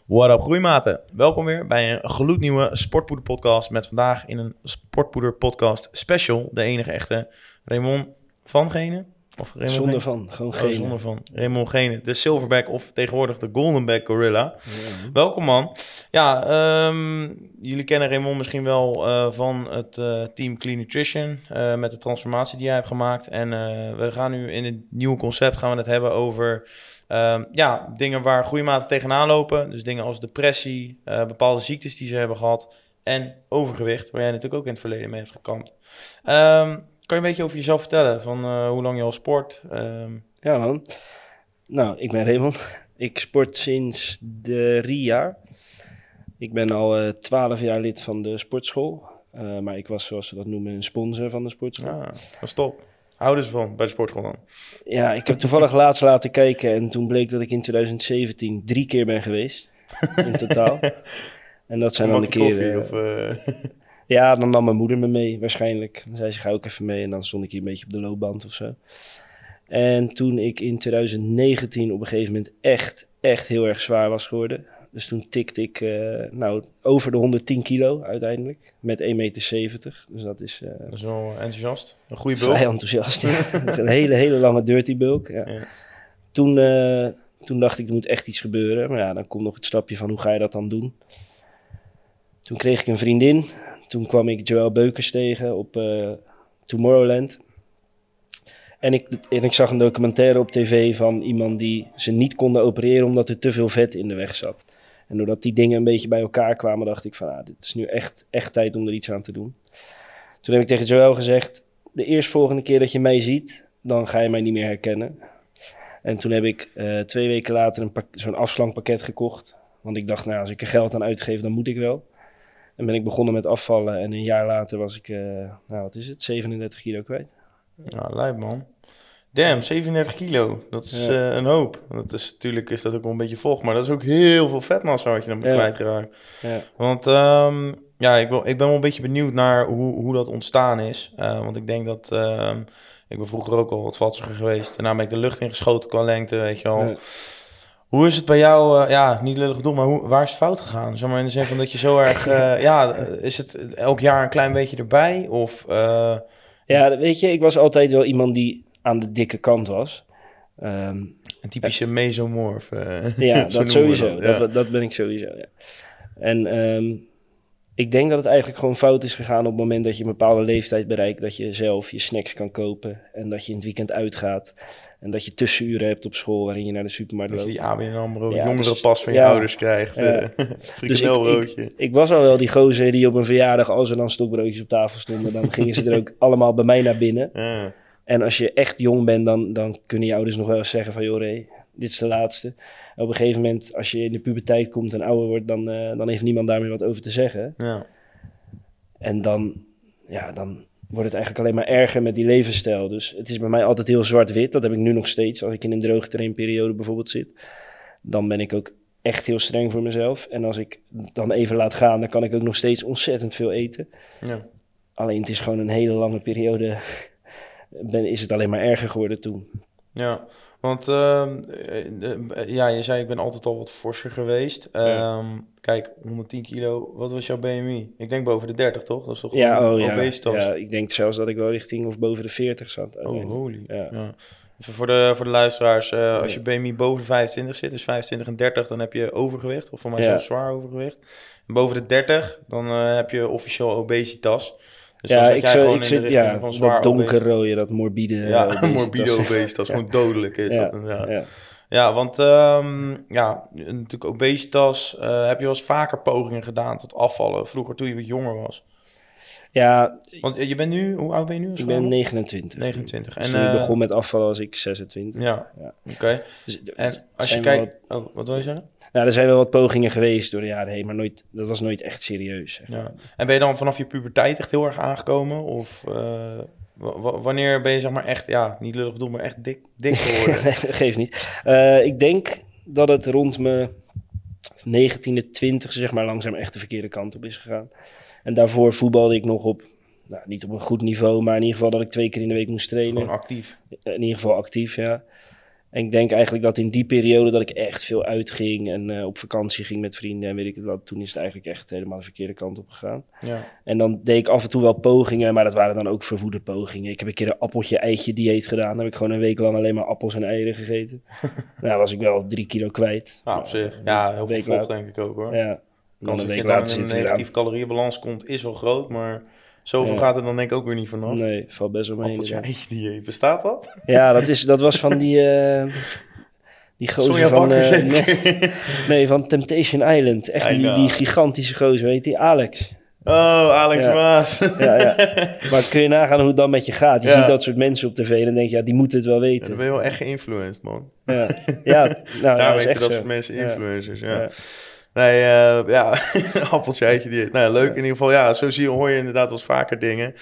What up groeimaten, welkom weer bij een gloednieuwe Sportpoeder podcast met vandaag in een Sportpoeder podcast special de enige echte Raymond van Genen. Of Raymond Zonder Genen? van, gewoon Genen. Zonder van. Raymond Genen, de Silverback of tegenwoordig de Goldenback Gorilla. Ja. Welkom man. Ja, jullie kennen Raymond misschien wel van het team Clean Nutrition met de transformatie die jij hebt gemaakt. En we gaan nu in het nieuwe concept gaan we het hebben over dingen waar groeimaten tegenaan lopen. Dus dingen als depressie, bepaalde ziektes die ze hebben gehad en overgewicht, waar jij natuurlijk ook in het verleden mee hebt gekampt. Kan je een beetje over jezelf vertellen, van hoe lang je al sport? Ja man, nou ik ben Raymond. Ik sport sinds 3 jaar. Ik ben al 12 jaar lid van de sportschool. Maar ik was, zoals ze dat noemen, een sponsor van de sportschool. Ah, dat is top. Houden ze van bij de sportschool dan? Ja, ik heb toevallig laatst laten kijken en toen bleek dat ik in 2017 3 keer ben geweest. In totaal. En dat zijn dan de keren... Ja, dan nam mijn moeder me mee waarschijnlijk. Dan zei ze, ga ook even mee. En dan stond ik hier een beetje op de loopband of zo. En toen ik in 2019 op een gegeven moment echt heel erg zwaar was geworden. Dus toen tikte ik over de 110 kilo uiteindelijk. Met 1,70 meter. Dus dat is... dat is wel enthousiast. Een goede bulk. Vrij enthousiast. Een hele lange dirty bulk. Ja. Ja. Toen dacht ik, er moet echt iets gebeuren. Maar ja, dan komt nog het stapje van, hoe ga je dat dan doen? Toen kreeg ik een vriendin. Toen kwam ik Joël Beukers tegen op Tomorrowland. En ik zag een documentaire op tv van iemand die ze niet konden opereren omdat er te veel vet in de weg zat. En doordat die dingen een beetje bij elkaar kwamen, dacht ik van, dit is nu echt tijd om er iets aan te doen. Toen heb ik tegen Joël gezegd, de eerstvolgende keer dat je mij ziet, dan ga je mij niet meer herkennen. En toen heb ik 2 weken later zo'n afslankpakket gekocht. Want ik dacht, als ik er geld aan uitgeef, dan moet ik wel. En ben ik begonnen met afvallen en een jaar later was ik, 37 kilo kwijt. Ja, lijp man. Damn, 37 kilo. Dat is een hoop. Natuurlijk is dat ook wel een beetje vocht, maar dat is ook heel veel vetmassa wat je dan kwijtgeraakt. Ja. Want ik ben wel een beetje benieuwd naar hoe dat ontstaan is. Want ik denk dat... ik ben vroeger ook al wat vatsiger geweest. Daarna ben ik de lucht ingeschoten qua lengte, weet je wel. Ja. Hoe is het bij jou, niet lullig bedoeld, maar waar is het fout gegaan? Zeg maar in de zin van dat je zo erg, is het elk jaar een klein beetje erbij? Of, Ja, weet je, ik was altijd wel iemand die aan de dikke kant was. Een typische mesomorf. Ja, dat sowieso. Dat ben ik sowieso, ja. En ik denk dat het eigenlijk gewoon fout is gegaan op het moment dat je een bepaalde leeftijd bereikt, dat je zelf je snacks kan kopen en dat je in het weekend uitgaat. En dat je tussenuren hebt op school waarin je naar de supermarkt loopt. Dat je die ABN AMRO jongerenpas van je ouders krijgt. Frikadelbroodje. Dus ik was al wel die gozer die op een verjaardag, als er dan stokbroodjes op tafel stonden, dan gingen ze er ook allemaal bij mij naar binnen. Ja. En als je echt jong bent, dan kunnen je ouders nog wel eens zeggen van, joh Ray, dit is de laatste. Op een gegeven moment, als je in de puberteit komt en ouder wordt, dan heeft niemand daar meer wat over te zeggen. Ja. En dan wordt het eigenlijk alleen maar erger met die levensstijl. Dus het is bij mij altijd heel zwart-wit. Dat heb ik nu nog steeds. Als ik in een droogtrainperiode bijvoorbeeld zit, dan ben ik ook echt heel streng voor mezelf. En als ik dan even laat gaan, dan kan ik ook nog steeds ontzettend veel eten. Ja. Alleen het is gewoon een hele lange periode, is het alleen maar erger geworden toen. Ja, want je zei ik ben altijd al wat forser geweest. Kijk, 110 kilo, wat was jouw BMI? Ik denk boven de 30, toch? Dat is toch obesitas? Ja, ik denk zelfs dat ik wel richting of boven de 40 zat. Oh, holy. Ja. Even voor de luisteraars, als je BMI boven de 25 zit, dus 25 en 30, dan heb je overgewicht. Of voor mij zelfs zwaar overgewicht. En boven de 30, dan heb je officieel obesitas. Dus ik zit van dat donkerrode, dat morbide... Ja, morbide obesitas, gewoon dodelijk is dat. Ja, want natuurlijk obesitas, heb je wel eens vaker pogingen gedaan tot afvallen, vroeger toen je wat jonger was? Ja. Want je bent nu, hoe oud ben je nu? Ik ben 29. 29. Dus toen ik begon met afvallen was ik 26. Ja. Oké. Dus, en als je kijkt... wat wil je zeggen? Nou, er zijn wel wat pogingen geweest door de jaren heen, maar dat was nooit echt serieus. Zeg maar. Ja. En ben je dan vanaf je puberteit echt heel erg aangekomen? Of wanneer ben je zeg maar echt, niet lullig bedoeld, maar echt dik geworden? Nee, geeft niet. Ik denk dat het rond mijn 19e, 20e zeg maar langzaam echt de verkeerde kant op is gegaan. En daarvoor voetbalde ik nog op, niet op een goed niveau, maar in ieder geval dat ik 2 keer in de week moest trainen. Gewoon actief? In ieder geval actief, ja. En ik denk eigenlijk dat in die periode dat ik echt veel uitging en op vakantie ging met vrienden en weet ik het wat. Toen is het eigenlijk echt helemaal de verkeerde kant op gegaan. Ja. En dan deed ik af en toe wel pogingen, maar dat waren dan ook verwoede pogingen. Ik heb een keer een appeltje-eitje dieet gedaan. Dan heb ik gewoon een week lang alleen maar appels en eieren gegeten. Nou, was ik wel 3 kilo kwijt. Op zich. Ja, heel veel vocht denk ik ook hoor. Ja. Kans dat je dan in een negatieve calorieënbalans komt is wel groot, maar zoveel gaat er dan denk ik ook weer niet vanaf. Nee, valt best wel mee. Appeltje-eitje dieet, bestaat dat? Ja, dat was van die gozer van... nee, van Temptation Island. Echt die gigantische gozer, weet je, Alex. Oh, Alex Maas. Ja. Maar kun je nagaan hoe het dan met je gaat? Je ziet dat soort mensen op tv en denk je, die moeten het wel weten. Dan ben je wel echt geïnfluenced, man. Nou, daar is weet echt je dat soort mensen influencers, Nee, appeltje, eitje dieet. Nou, leuk in ieder geval. Ja, zo hoor je inderdaad wel eens vaker dingen.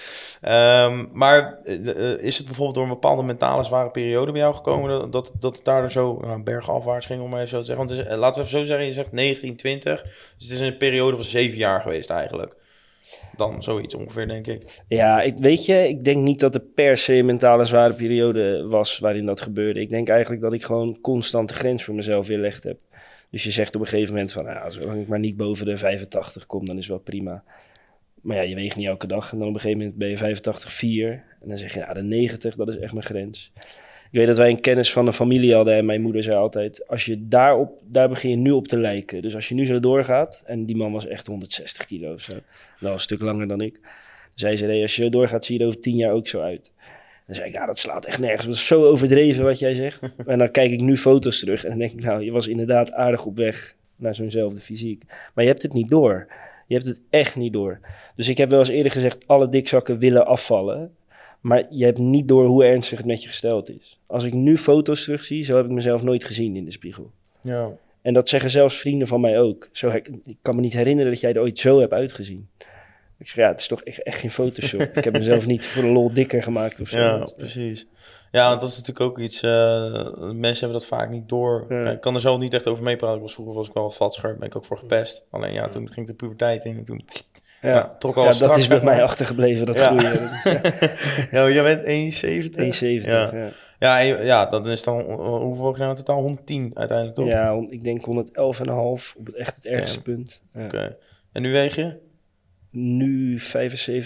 Maar is het bijvoorbeeld door een bepaalde mentale zware periode bij jou gekomen... dat het daar zo bergafwaarts ging, om maar even zo te zeggen? Want laten we even zo zeggen, je zegt 1920. Dus het is een periode van 7 jaar geweest eigenlijk. Dan zoiets ongeveer, denk ik. Ja, ik denk niet dat er per se een mentale zware periode was waarin dat gebeurde. Ik denk eigenlijk dat ik gewoon constant de grens voor mezelf weerlegd heb. Dus je zegt op een gegeven moment van, zolang ik maar niet boven de 85 kom, dan is wel prima. Maar ja, je weegt niet elke dag. En dan op een gegeven moment ben je 85,4. En dan zeg je, de 90, dat is echt mijn grens. Ik weet dat wij een kennis van een familie hadden en mijn moeder zei altijd, als je daar begin je nu op te lijken. Dus als je nu zo doorgaat, en die man was echt 160 kilo of zo. Dat was een stuk langer dan ik. Dan zei ze, als je doorgaat, zie je er over 10 jaar ook zo uit. Dan zei ik, dat slaat echt nergens. Dat is zo overdreven wat jij zegt. En dan kijk ik nu foto's terug en dan denk ik, je was inderdaad aardig op weg naar zo'nzelfde fysiek. Maar je hebt het niet door. Je hebt het echt niet door. Dus ik heb wel eens eerder gezegd, alle dikzakken willen afvallen. Maar je hebt niet door hoe ernstig het met je gesteld is. Als ik nu foto's terugzie, zo heb ik mezelf nooit gezien in de spiegel. Ja. En dat zeggen zelfs vrienden van mij ook. Ik kan me niet herinneren dat jij er ooit zo hebt uitgezien. Ik zeg, het is toch echt geen Photoshop. Ik heb mezelf niet voor de lol dikker gemaakt of zo. Ja, precies. Ja, dat is natuurlijk ook iets... mensen hebben dat vaak niet door. Ja. Ik kan er zelf niet echt over meepraten. Vroeger was ik wel vatscherp, ben ik ook voor gepest. Alleen toen ging de puberteit in en toen... trok al dat is bij mij achtergebleven, dat groeien. Jij bent 1,70? 1,70, Ja, dat is dan... Hoeveel heb je nou in totaal? 110 uiteindelijk, toch? Ja, ik denk 111,5 op het ergste punt. Ja. Oké. En nu weeg je? Nu 75,5. 75,5.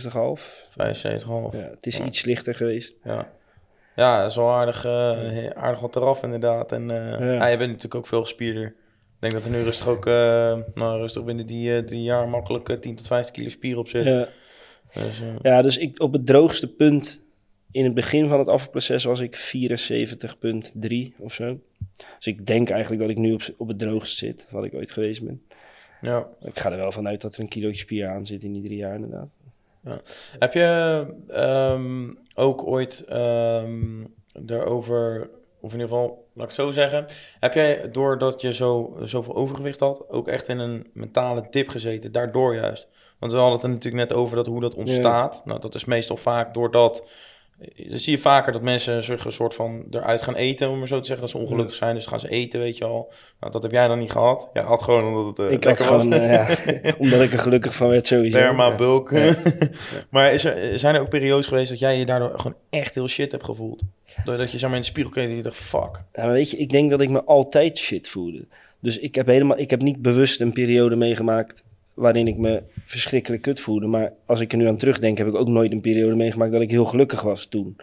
Ja, het is iets lichter geweest. Ja, dat is wel aardig wat eraf inderdaad. En je bent natuurlijk ook veel gespierder. Ik denk dat er nu rustig ook rustig binnen die 3 jaar makkelijk 10 tot 15 kilo spier op zit. Ja. Dus ik op het droogste punt in het begin van het afvalproces was ik 74,3 of zo. Dus ik denk eigenlijk dat ik nu op het droogst zit, wat ik ooit geweest ben. Ja. Ik ga er wel vanuit dat er een kilootje spier aan zit in die 3 jaar inderdaad. Ja. Heb je ook ooit daarover, of in ieder geval, laat ik het zo zeggen, heb jij doordat je zoveel overgewicht had, ook echt in een mentale dip gezeten, daardoor juist? Want we hadden het er natuurlijk net over hoe dat ontstaat. Ja. Nou, dat is meestal vaak doordat... Dan zie je vaker dat mensen een soort van eruit gaan eten, om maar zo te zeggen, dat ze ongelukkig zijn. Dus gaan ze eten, weet je al. Nou, dat heb jij dan niet gehad. Ja, had gewoon omdat het ik had gewoon, omdat ik er gelukkig van werd sowieso. Derma-bulk. Ja. Maar zijn er ook periodes geweest dat jij je daardoor gewoon echt heel shit hebt gevoeld? Doordat je zo maar in de spiegel keek en je dacht, fuck. Ja, maar weet je, ik denk dat ik me altijd shit voelde. Dus ik heb niet bewust een periode meegemaakt waarin ik me verschrikkelijk kut voelde. Maar als ik er nu aan terugdenk, heb ik ook nooit een periode meegemaakt dat ik heel gelukkig was toen.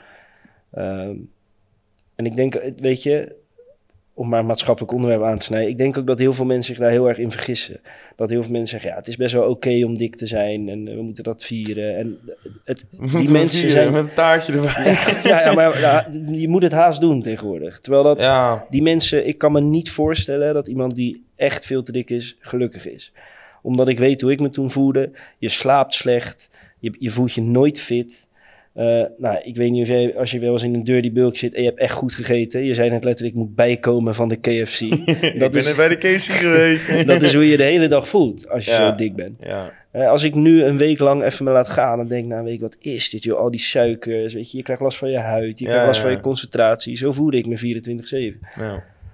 En ik denk, weet je, om maar een maatschappelijk onderwerp aan te snijden, ik denk ook dat heel veel mensen zich daar heel erg in vergissen. Dat heel veel mensen zeggen, het is best wel oké om dik te zijn en we moeten dat vieren. En die mensen vieren, zijn met een taartje erbij. Maar je moet het haast doen tegenwoordig. Terwijl die mensen, ik kan me niet voorstellen dat iemand die echt veel te dik is, gelukkig is. Omdat ik weet hoe ik me toen voelde. Je slaapt slecht. Je voelt je nooit fit. Ik weet niet als je wel eens in een dirty bulk zit en je hebt echt goed gegeten. Je zei net letterlijk, ik moet bijkomen van de KFC. Ik ben bij de KFC geweest. Dat is hoe je de hele dag voelt als je zo dik bent. Ja. Als ik nu een week lang even me laat gaan, dan denk ik, een week, wat is dit joh? Al die suikers, weet je krijgt last van je huid. Je krijgt last van je concentratie. Zo voelde ik me 24/7. Ja.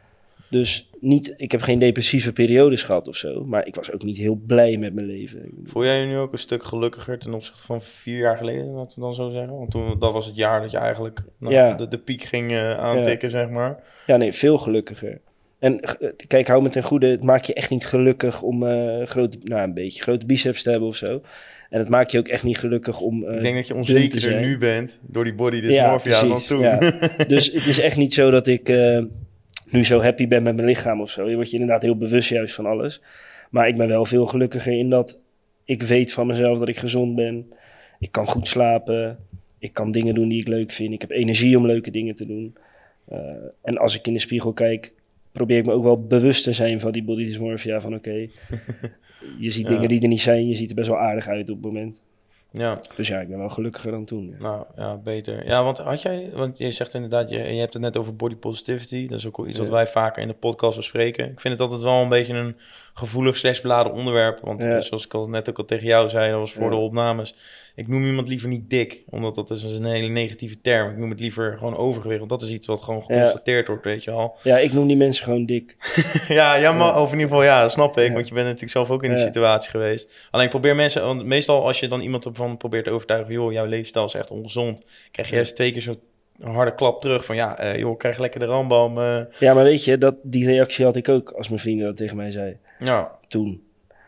Dus ik heb geen depressieve periodes gehad of zo. Maar ik was ook niet heel blij met mijn leven. Voel jij je nu ook een stuk gelukkiger ten opzichte van 4 jaar geleden, laten we dan zo zeggen? Want dat was het jaar dat je eigenlijk de piek ging aantikken, zeg maar. Ja, nee, veel gelukkiger. En kijk, hou me ten goede, het maakt je echt niet gelukkig om een beetje grote biceps te hebben of zo. En het maakt je ook echt niet gelukkig om ik denk dat je onzekerder nu bent door die body dysmorphia dan toen. Ja. Dus het is echt niet zo dat ik nu zo happy ben met mijn lichaam of zo. Je wordt je inderdaad heel bewust juist van alles. Maar ik ben wel veel gelukkiger in dat ik weet van mezelf dat ik gezond ben. Ik kan goed slapen. Ik kan dingen doen die ik leuk vind. Ik heb energie om leuke dingen te doen. En als ik in de spiegel kijk, probeer ik me ook wel bewust te zijn van die body dysmorphia. Van oké, je ziet dingen die er niet zijn. Je ziet er best wel aardig uit op het moment. Ja. Dus ja, ik ben wel gelukkiger dan toen. Ja. Nou, ja, beter. Ja, want je zegt inderdaad, je hebt het net over body positivity. Dat is ook iets wat wij vaker in de podcast bespreken. Ik vind het altijd wel een beetje een gevoelig / beladen onderwerp. Want zoals ik al net ook al tegen jou zei, dat was voor de opnames. Ik noem iemand liever niet dik, omdat dat is een hele negatieve term. Ik noem het liever gewoon overgewicht, want dat is iets wat gewoon geconstateerd wordt, weet je al. Ja, ik noem die mensen gewoon dik. Maar of in ieder geval, dat snap ik, want je bent natuurlijk zelf ook in die situatie geweest. Alleen ik probeer mensen, want meestal als je dan iemand ervan probeert te overtuigen, joh, jouw leefstijl is echt ongezond, krijg je eerst 2 keer zo'n harde klap terug van, joh, krijg lekker de ramboom. Ja, maar weet je, die reactie had ik ook als mijn vrienden dat tegen mij zei. Ja. Toen.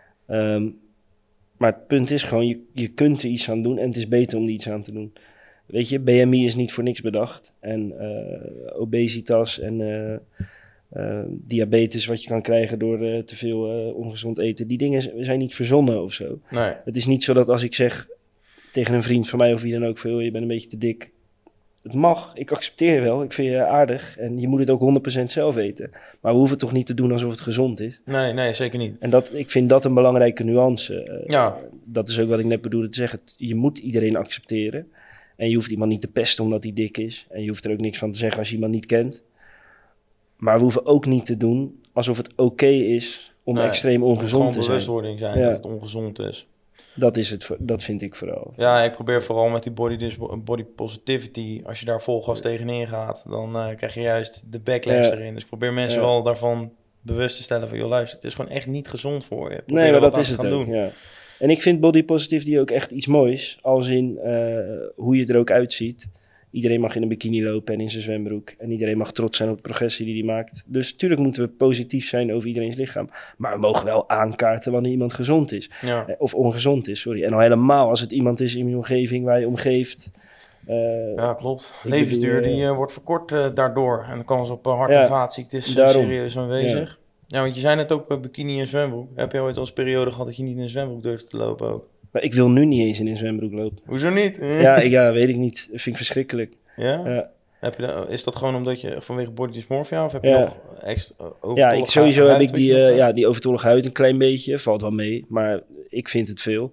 Maar het punt is gewoon, je kunt er iets aan doen en het is beter om er iets aan te doen. Weet je, BMI is niet voor niks bedacht. En obesitas en diabetes wat je kan krijgen door te veel ongezond eten. Die dingen zijn niet verzonnen of zo. Nee. Het is niet zo dat als ik zeg tegen een vriend van mij of wie dan ook, veel, je bent een beetje te dik. Het mag, ik accepteer je wel, ik vind je aardig en je moet het ook 100% zelf weten. Maar we hoeven toch niet te doen alsof het gezond is? Nee, zeker niet. En ik vind dat een belangrijke nuance. Dat is ook wat ik net bedoelde te zeggen. Je moet iedereen accepteren. En je hoeft iemand niet te pesten omdat hij dik is. En je hoeft er ook niks van te zeggen als je iemand niet kent. Maar we hoeven ook niet te doen alsof het oké is om extreem ongezond te zijn. Bewustwording zijn dat het ongezond is. Dat vind ik vooral. Ja, ik probeer vooral met die body positivity, als je daar vol gas tegenin gaat, dan krijg je juist de backlash erin. Dus ik probeer mensen wel daarvan bewust te stellen van, joh, luister, het is gewoon echt niet gezond voor je. Nee, maar dat is het ook, ja. En ik vind body positivity ook echt iets moois, als in hoe je er ook uitziet. Iedereen mag in een bikini lopen en in zijn zwembroek. En iedereen mag trots zijn op de progressie die hij maakt. Dus natuurlijk moeten we positief zijn over iedereen's lichaam. Maar we mogen wel aankaarten wanneer iemand gezond is. Ja. Of ongezond is, sorry. En al helemaal als het iemand is in je omgeving waar je omgeeft. Ja, klopt. Levensduur die wordt verkort daardoor. En de kans op hart- en vaatziekten is serieus aanwezig. Ja, want je zei net ook bikini en zwembroek. Heb je ooit als periode gehad dat je niet in een zwembroek durfde te lopen ook? Maar ik wil nu niet eens in een zwembroek lopen. Hoezo niet? Ja, weet ik niet. Dat vind ik verschrikkelijk. Ja? Is dat gewoon omdat je vanwege body dysmorphia of heb je nog extra overtollige huid? Sowieso heb ik die overtollige huid een klein beetje. Valt wel mee, maar ik vind het veel.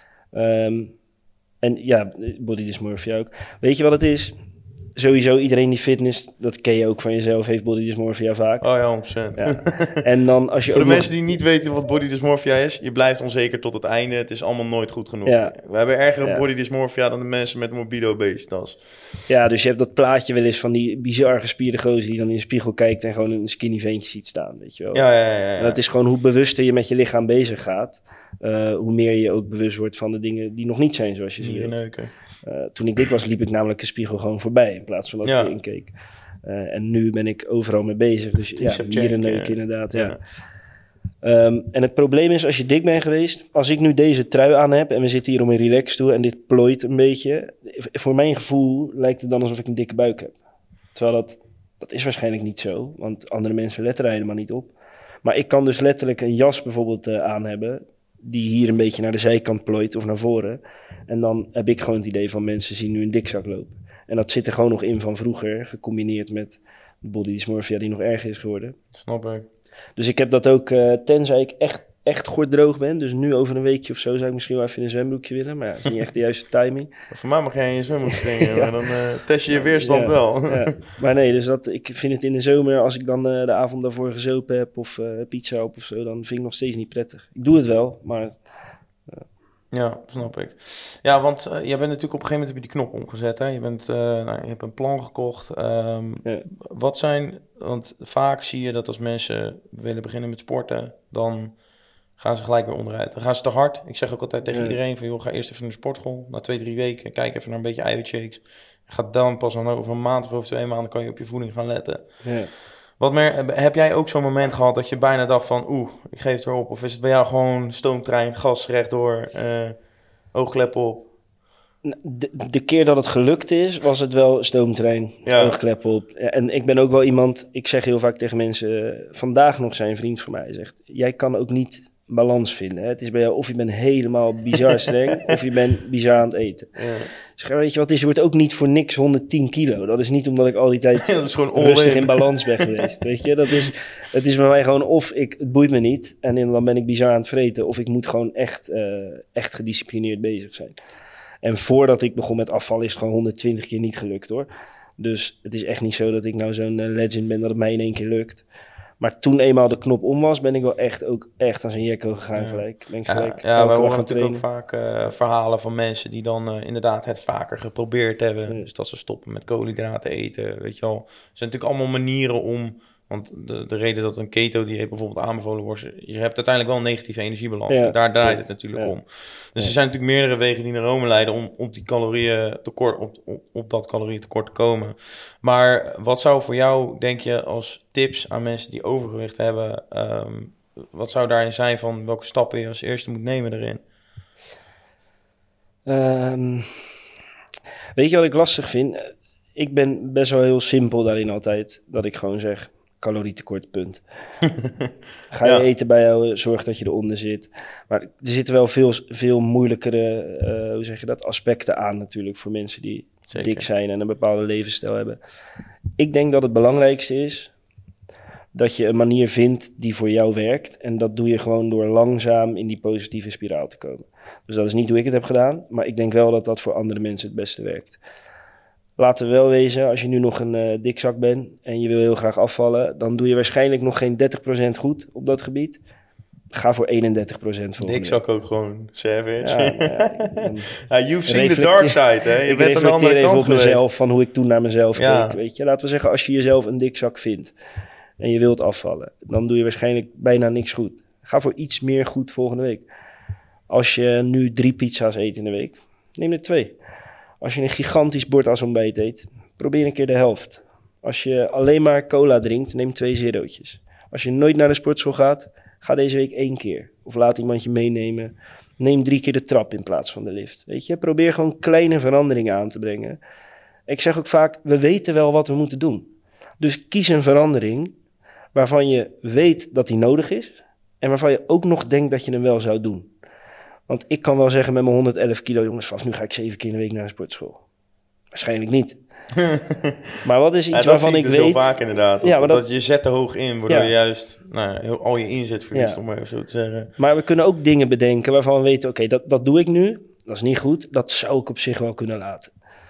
En ja, body dysmorphia ook. Weet je wat het is? Sowieso iedereen die fitness, dat ken je ook van jezelf, heeft body dysmorphia vaak. Oh ja, 100%. Ja. En dan als je voor de mensen die niet weten wat body dysmorphia is, je blijft onzeker tot het einde. Het is allemaal nooit goed genoeg. Ja. We hebben erger body dysmorphia dan de mensen met morbide obesitas. Ja, dus je hebt dat plaatje wel eens van die bizar gespierde gozer die dan in de spiegel kijkt en gewoon een skinny ventje ziet staan, weet je wel. Ja. En dat is gewoon hoe bewuster je met je lichaam bezig gaat, hoe meer je ook bewust wordt van de dingen die nog niet zijn zoals je ziet. Neuken. Toen ik dik was, liep ik namelijk een spiegel gewoon voorbij in plaats van dat ik erin keek. En nu ben ik overal mee bezig. Dus mierenneuken inderdaad, ja. En het probleem is, als je dik bent geweest, als ik nu deze trui aan heb en we zitten hier om een relax toe en dit plooit een beetje, voor mijn gevoel lijkt het dan alsof ik een dikke buik heb. Terwijl dat is waarschijnlijk niet zo, want andere mensen letten er helemaal niet op. Maar ik kan dus letterlijk een jas bijvoorbeeld aan hebben die hier een beetje naar de zijkant plooit of naar voren. En dan heb ik gewoon het idee van mensen zien nu een dikzak lopen. En dat zit er gewoon nog in van vroeger, gecombineerd met de body dysmorphia die nog erger is geworden. Snap ik. Dus ik heb dat ook, tenzij ik echt gordroog ben. Dus nu over een weekje of zo zou ik misschien wel even in een zwembroekje willen. Maar ja, dat is niet echt de juiste timing. Voor mij mag jij in je zwembroek springen, maar dan test je je weerstand wel. Ja. Maar nee, dus ik vind het in de zomer, als ik dan de avond daarvoor gezopen heb of pizza op of zo, dan vind ik nog steeds niet prettig. Ik doe het wel, maar... Ja, snap ik. Ja, want jij bent natuurlijk op een gegeven moment heb je die knop omgezet. Hè? Je hebt een plan gekocht. Wat zijn, want vaak zie je dat als mensen willen beginnen met sporten, dan gaan ze gelijk weer onderuit. Dan gaan ze te hard. Ik zeg ook altijd tegen iedereen van, joh, ga eerst even naar de sportschool. Na 2-3 weken, kijk even naar een beetje eiwitshakes. Ga dan pas over een maand of over 2 maanden kan je op je voeding gaan letten. Ja. Wat meer, heb jij ook zo'n moment gehad dat je bijna dacht van, ik geef het weer op? Of is het bij jou gewoon stoomtrein, gas rechtdoor, oogkleppen op? De keer dat het gelukt is, was het wel stoomtrein, oogkleppen op. En ik ben ook wel iemand, ik zeg heel vaak tegen mensen, vandaag nog zijn vriend van mij zegt, jij kan ook niet balans vinden. Hè? Het is bij jou of je bent helemaal bizar streng, of je bent bizar aan het eten. Ja. Dus weet je wat is, je wordt ook niet voor niks 110 kilo. Dat is niet omdat ik al die tijd dat is gewoon rustig in balans ben geweest. Weet je, het is bij mij gewoon of het boeit me niet en dan ben ik bizar aan het vreten, of ik moet gewoon echt gedisciplineerd bezig zijn. En voordat ik begon met afvallen is het gewoon 120 keer niet gelukt hoor. Dus het is echt niet zo dat ik nou zo'n legend ben dat het mij in 1 keer lukt. Maar toen eenmaal de knop om was, ben ik wel echt als een jekko gegaan gelijk. Ben ik gelijk we horen natuurlijk ook vaak verhalen van mensen die dan inderdaad het vaker geprobeerd hebben. Ja. Dus dat ze stoppen met koolhydraten eten, weet je wel. Er zijn natuurlijk allemaal manieren om... Want de reden dat een keto-dieet bijvoorbeeld aanbevolen wordt... Je hebt uiteindelijk wel een negatieve energiebalans. Ja. Daar draait het natuurlijk om. Dus er zijn natuurlijk meerdere wegen die naar Rome leiden... om die calorieën tekort, op dat calorieëntekort te komen. Maar wat zou voor jou, denk je, als tips aan mensen die overgewicht hebben... wat zou daarin zijn van welke stappen je als eerste moet nemen erin? Weet je wat ik lastig vind? Ik ben best wel heel simpel daarin altijd. Dat ik gewoon zeg... calorietekort, punt. Ga je eten bij jou, zorg dat je eronder zit. Maar er zitten wel veel moeilijkere aspecten aan natuurlijk... voor mensen die dik zijn en een bepaalde levensstijl hebben. Ik denk dat het belangrijkste is... dat je een manier vindt die voor jou werkt. En dat doe je gewoon door langzaam in die positieve spiraal te komen. Dus dat is niet hoe ik het heb gedaan... maar ik denk wel dat dat voor andere mensen het beste werkt. Laten we wel wezen, als je nu nog een dikzak bent en je wil heel graag afvallen, dan doe je waarschijnlijk nog geen 30% goed op dat gebied. Ga voor 31% voor. Dikzak ook gewoon savage. You've seen the dark side, hè? Je bent aan de andere kant even op mezelf, van hoe ik toen naar mezelf keek, weet je. Laten we zeggen, als je jezelf een dikzak vindt en je wilt afvallen, dan doe je waarschijnlijk bijna niks goed. Ga voor iets meer goed volgende week. Als je nu 3 pizza's eet in de week, neem er 2. Als je een gigantisch bord als ontbijt eet, probeer een keer de helft. Als je alleen maar cola drinkt, neem 2 zerootjes. Als je nooit naar de sportschool gaat, ga deze week 1 keer. Of laat iemand je meenemen. Neem 3 keer de trap in plaats van de lift. Weet je, probeer gewoon kleine veranderingen aan te brengen. Ik zeg ook vaak, we weten wel wat we moeten doen. Dus kies een verandering waarvan je weet dat die nodig is. En waarvan je ook nog denkt dat je hem wel zou doen. Want ik kan wel zeggen met mijn 111 kilo, jongens, vanaf nu ga ik 7 keer in de week naar de sportschool. Waarschijnlijk niet. Maar wat is iets waarvan ik weet... Dat zie ik dus heel vaak inderdaad. Dat je zet te hoog in, waardoor je juist al je inzet verliest, om even zo te zeggen. Maar we kunnen ook dingen bedenken waarvan we weten, oké, dat doe ik nu. Dat is niet goed. Dat zou ik op zich wel kunnen laten.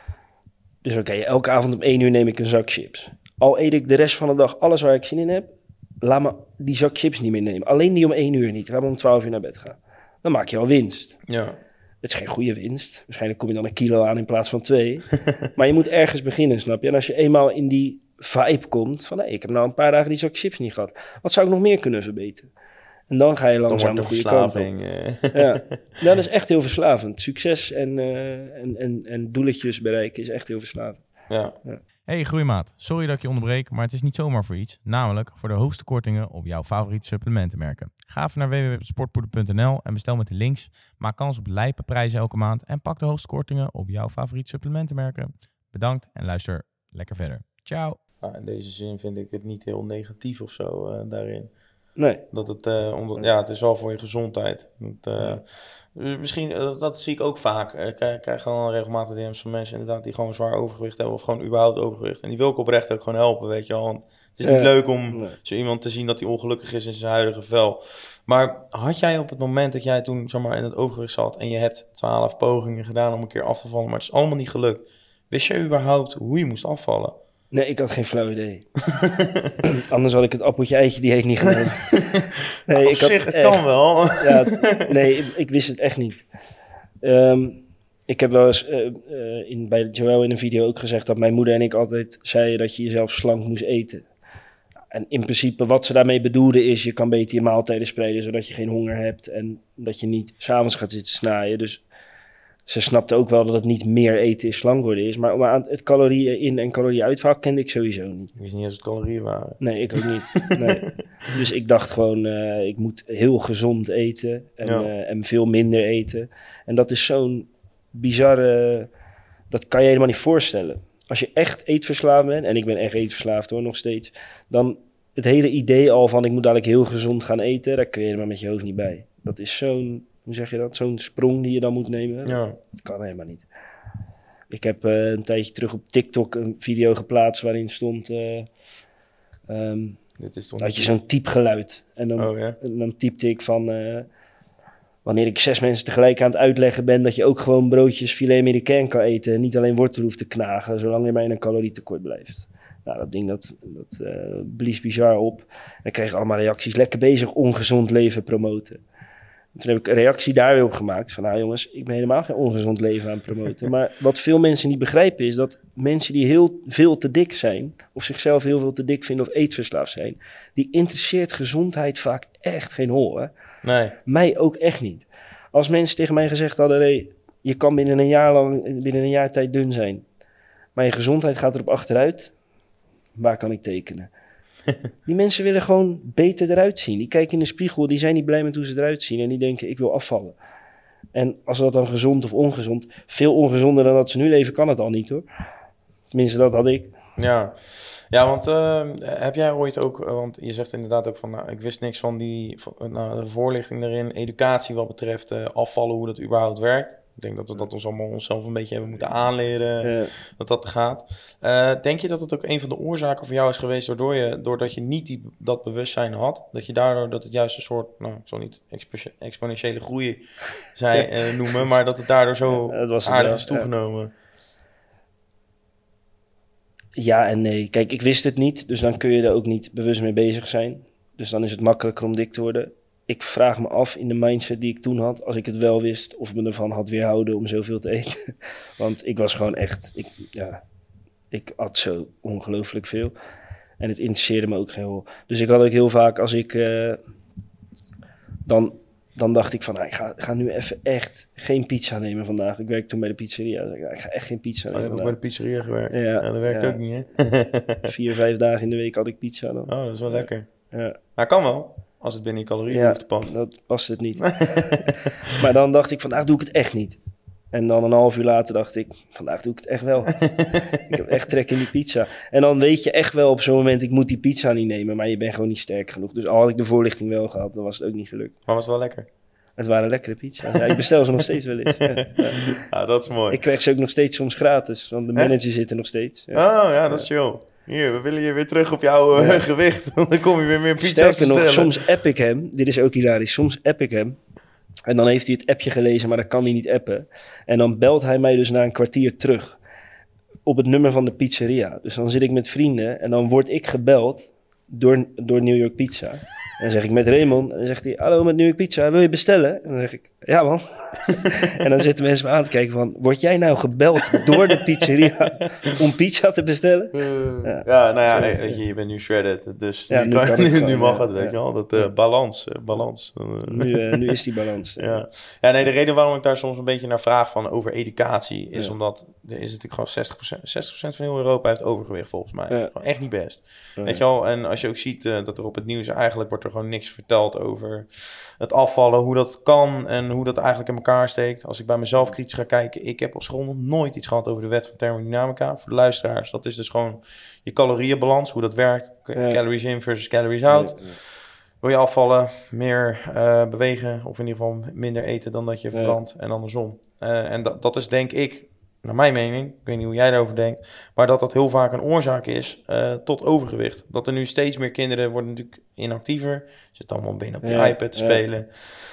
Dus elke avond om 1 uur neem ik een zak chips. Al eet ik de rest van de dag alles waar ik zin in heb, laat me die zak chips niet meer nemen. Alleen die om 1 uur niet. Ga maar om 12 uur naar bed gaan. Dan maak je al winst. Ja. Het is geen goede winst. Waarschijnlijk kom je dan 1 kilo aan in plaats van 2. Maar je moet ergens beginnen, snap je? En als je eenmaal in die vibe komt van... ik heb nou een paar dagen die zak chips niet gehad. Wat zou ik nog meer kunnen verbeteren? En dan ga je langzaam de goede kant op. Ja, dat is echt heel verslavend. Succes en doeletjes bereiken is echt heel verslavend. Ja. Hey groeimaat, sorry dat ik je onderbreek, maar het is niet zomaar voor iets. Namelijk voor de hoogste kortingen op jouw favoriete supplementenmerken. Ga even naar www.sportpoeder.nl en bestel met de links. Maak kans op lijpe prijzen elke maand en pak de hoogste kortingen op jouw favoriete supplementenmerken. Bedankt en luister lekker verder. Ciao. In deze zin vind ik het niet heel negatief of zo daarin. Nee. Dat het, het is wel voor je gezondheid. Dus misschien, dat zie ik ook vaak. Ik krijg gewoon regelmatig DM's van mensen inderdaad die gewoon zwaar overgewicht hebben of gewoon überhaupt overgewicht. En die wil ik oprecht ook gewoon helpen, weet je wel. Want het is niet leuk om zo iemand te zien dat hij ongelukkig is in zijn huidige vel. Maar had jij op het moment dat jij toen zomaar in het overgewicht zat en je hebt 12 pogingen gedaan om een keer af te vallen, maar het is allemaal niet gelukt. Wist jij überhaupt hoe je moest afvallen? Nee, ik had geen flauw idee. Anders had ik het appeltje-eitje dieet niet gedaan. Nee, het kan wel. Nee, ik wist het echt niet. Ik heb wel eens bij Joël in een video ook gezegd dat mijn moeder en ik altijd zeiden dat je jezelf slank moest eten. En in principe wat ze daarmee bedoelde is, je kan beter je maaltijden spreiden zodat je geen honger hebt en dat je niet 's avonds gaat zitten snaaien. Dus ze snapte ook wel dat het niet meer eten is slank worden is. Maar aan het calorieën in en calorieën uit verhaal kende ik sowieso niet. Ik wist niet eens wat calorieën waren. Nee, ik ook niet. Nee. Dus ik dacht gewoon, ik moet heel gezond eten en veel minder eten. En dat is zo'n bizarre, dat kan je helemaal niet voorstellen. Als je echt eetverslaafd bent, en ik ben echt eetverslaafd hoor, nog steeds, dan het hele idee al van ik moet dadelijk heel gezond gaan eten, daar kun je helemaal met je hoofd niet bij. Dat is zo'n, hoe zeg je dat, zo'n sprong die je dan moet nemen. Ja. Dat kan helemaal niet. Ik heb een tijdje terug op TikTok een video geplaatst waarin stond, Dit is toch had je zo'n typgeluid. En dan typte ik van, wanneer ik 6 mensen tegelijk aan het uitleggen ben dat je ook gewoon broodjes filet américain kan eten en niet alleen wortel hoeft te knagen, zolang je maar in een calorietekort blijft. Nou, dat ding dat blies bizar op. En ik kreeg allemaal reacties. Lekker bezig, ongezond leven promoten. En toen heb ik een reactie daar weer op gemaakt. Van nou jongens, ik ben helemaal geen ongezond leven aan het promoten. Maar wat veel mensen niet begrijpen is dat mensen die heel veel te dik zijn, of zichzelf heel veel te dik vinden of eetverslaafd zijn, die interesseert gezondheid vaak echt geen hol. Hè? Nee. Mij ook echt niet. Als mensen tegen mij gezegd hadden, hey, je kan binnen een jaar tijd dun zijn, maar je gezondheid gaat erop achteruit, waar kan ik tekenen? Die mensen willen gewoon beter eruit zien. Die kijken in de spiegel, die zijn niet blij met hoe ze eruit zien en die denken, ik wil afvallen. En als dat dan gezond of ongezond, veel ongezonder dan dat ze nu leven, kan het al niet hoor. Tenminste, dat had ik. Ja, want heb jij ooit ook, want je zegt inderdaad ook van, nou, ik wist niks van de voorlichting daarin, educatie wat betreft afvallen, hoe dat überhaupt werkt. Ik denk dat we dat ons allemaal onszelf een beetje hebben moeten aanleren, dat gaat. Denk je dat het ook een van de oorzaken voor jou is geweest, doordat je niet dat bewustzijn had, dat je daardoor, dat het juist een soort, nou, ik zal niet exponentiële groei noemen, maar dat het daardoor zo aardig is toegenomen? Ja en nee. Kijk, ik wist het niet, dus dan kun je er ook niet bewust mee bezig zijn. Dus dan is het makkelijker om dik te worden. Ik vraag me af in de mindset die ik toen had, als ik het wel wist, of ik me ervan had weerhouden om zoveel te eten. Want ik was gewoon echt, ik at zo ongelooflijk veel. En het interesseerde me ook geen hol. Dus ik had ook heel vaak, als ik dan dacht ik van, nou, ik ga nu even echt geen pizza nemen vandaag. Ik werkte toen bij de pizzeria. Dus ik ga echt geen pizza nemen vandaag. Bij de pizzeria gewerkt? Ja, dat werkt ook niet, hè? 4-5 dagen in de week had ik pizza dan. Oh, dat is wel lekker. Ja. Maar kan wel, als het binnen je calorieën hoeft te passen. Dat past het niet. Maar dan dacht ik, vandaag doe ik het echt niet. En dan een half uur later dacht ik, vandaag doe ik het echt wel. Ik heb echt trek in die pizza. En dan weet je echt wel op zo'n moment, ik moet die pizza niet nemen, maar je bent gewoon niet sterk genoeg. Dus al had ik de voorlichting wel gehad, dan was het ook niet gelukt. Maar was het wel lekker? Het waren lekkere pizza's. Ja, ik bestel ze nog steeds wel eens. Ja, dat is mooi. Ik krijg ze ook nog steeds soms gratis, want de manager zit er nog steeds. Ja. Oh ja, dat is chill. Hier, we willen je weer terug op jouw gewicht. Dan kom je weer meer pizza's bestellen. Sterker nog, soms app ik hem. Dit is ook hilarisch. Soms app ik hem. En dan heeft hij het appje gelezen, maar dan kan hij niet appen. En dan belt hij mij dus na een kwartier terug. Op het nummer van de pizzeria. Dus dan zit ik met vrienden en dan word ik gebeld door New York Pizza. En dan zeg ik met Raymond. En dan zegt hij, hallo met New York Pizza, wil je bestellen? En dan zeg ik, ja man. En dan zitten mensen me aan te kijken van, word jij nou gebeld door de pizzeria om pizza te bestellen? Weet je bent nu shredded. Dus ja, nu mag het, weet je wel. Dat balans. Nu is die balans. Ja, de reden waarom ik daar soms een beetje naar vraag over educatie is omdat er is natuurlijk gewoon 60% van heel Europa heeft overgewicht volgens mij. Ja. Gewoon echt niet best. Weet je wel, en als je ook ziet dat er op het nieuws eigenlijk wordt er gewoon niks verteld over het afvallen, hoe dat kan en hoe dat eigenlijk in elkaar steekt. Als ik bij mezelf kritisch ga kijken, ik heb op school nog nooit iets gehad over de wet van thermodynamica. Voor de luisteraars, dat is dus gewoon je calorieënbalans, hoe dat werkt. Calories in versus calories out. Wil je afvallen, meer bewegen of in ieder geval minder eten dan dat je verbrandt en andersom. En dat is denk ik, naar mijn mening, ik weet niet hoe jij daarover denkt, maar dat heel vaak een oorzaak is tot overgewicht. Dat er nu steeds meer kinderen worden natuurlijk inactiever, zitten allemaal binnen op die iPad te spelen.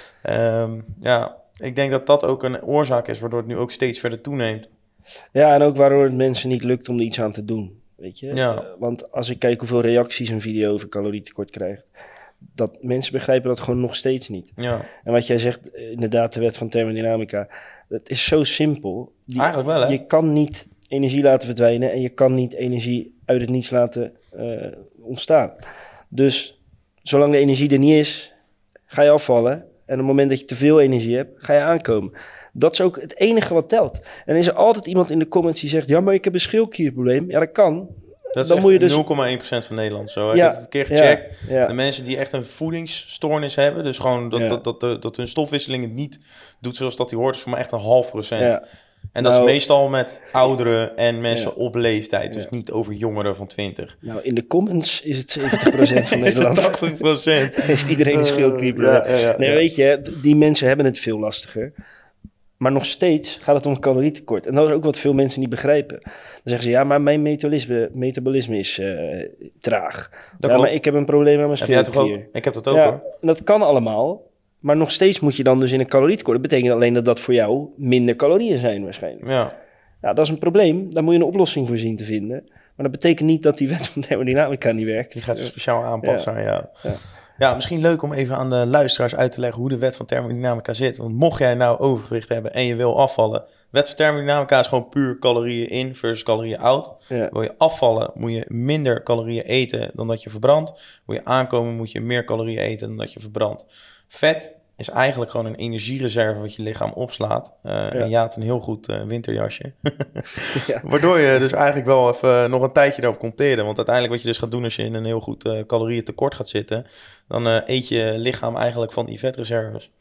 Ik denk dat ook een oorzaak is waardoor het nu ook steeds verder toeneemt. Ja, en ook waardoor het mensen niet lukt om er iets aan te doen, weet je. Ja. Want als ik kijk hoeveel reacties een video over calorietekort krijgt, dat mensen begrijpen dat gewoon nog steeds niet. Ja. En wat jij zegt, inderdaad, de wet van thermodynamica, dat is zo simpel. Eigenlijk wel, hè? Je kan niet energie laten verdwijnen en je kan niet energie uit het niets laten ontstaan. Dus zolang de energie er niet is, ga je afvallen. En op het moment dat je te veel energie hebt, ga je aankomen. Dat is ook het enige wat telt. En dan is er altijd iemand in de comments die zegt, ja, maar ik heb een schildklierprobleem. Ja, dat kan. Dat is Dan moet je dus 0,1% van Nederland zo. Ik Ja, heb het een keer gecheckt. ja. De mensen die echt een voedingsstoornis hebben, dus gewoon dat hun stofwisseling het niet doet zoals dat die hoort, is voor mij echt 0,5%. Ja. En dat Nou, is meestal met ouderen en mensen Ja. op leeftijd, dus Ja. niet over jongeren van 20. Nou, in de comments is het 70% van Nederland. 80%. Heeft iedereen een schildklierprobleem. Nee, ja. weet je, die mensen hebben het veel lastiger. Maar nog steeds gaat het om een calorietekort. En dat is ook wat veel mensen niet begrijpen. Dan zeggen ze, ja, maar mijn metabolisme is traag. Dat Ja, maar klopt. ik heb een probleem met mijn Heb jij toch ook? schildklier. Ik heb dat ook Ja, hoor. en dat kan allemaal. Maar nog steeds moet je dan dus in een calorietekort. Dat betekent alleen dat voor jou minder calorieën zijn waarschijnlijk. Ja. Ja, dat is een probleem. Daar moet je een oplossing voor zien te vinden. Maar dat betekent niet dat die wet van thermodynamica niet werkt. Die gaat zich speciaal aanpassen aan jou. Ja. Ja, misschien leuk om even aan de luisteraars uit te leggen hoe de wet van thermodynamica zit. Want mocht jij nou overgewicht hebben en je wil afvallen, wet van thermodynamica is gewoon puur calorieën in versus calorieën out. Ja. Wil je afvallen, moet je minder calorieën eten dan dat je verbrandt. Wil je aankomen, moet je meer calorieën eten dan dat je verbrandt. Vet is eigenlijk gewoon een energiereserve wat je lichaam opslaat. En ja, het een heel goed winterjasje. Ja. Waardoor je dus eigenlijk wel even nog een tijdje erop komt teren. Want uiteindelijk wat je dus gaat doen als je in een heel goed calorieën tekort gaat zitten, dan eet je lichaam eigenlijk van die vetreserves.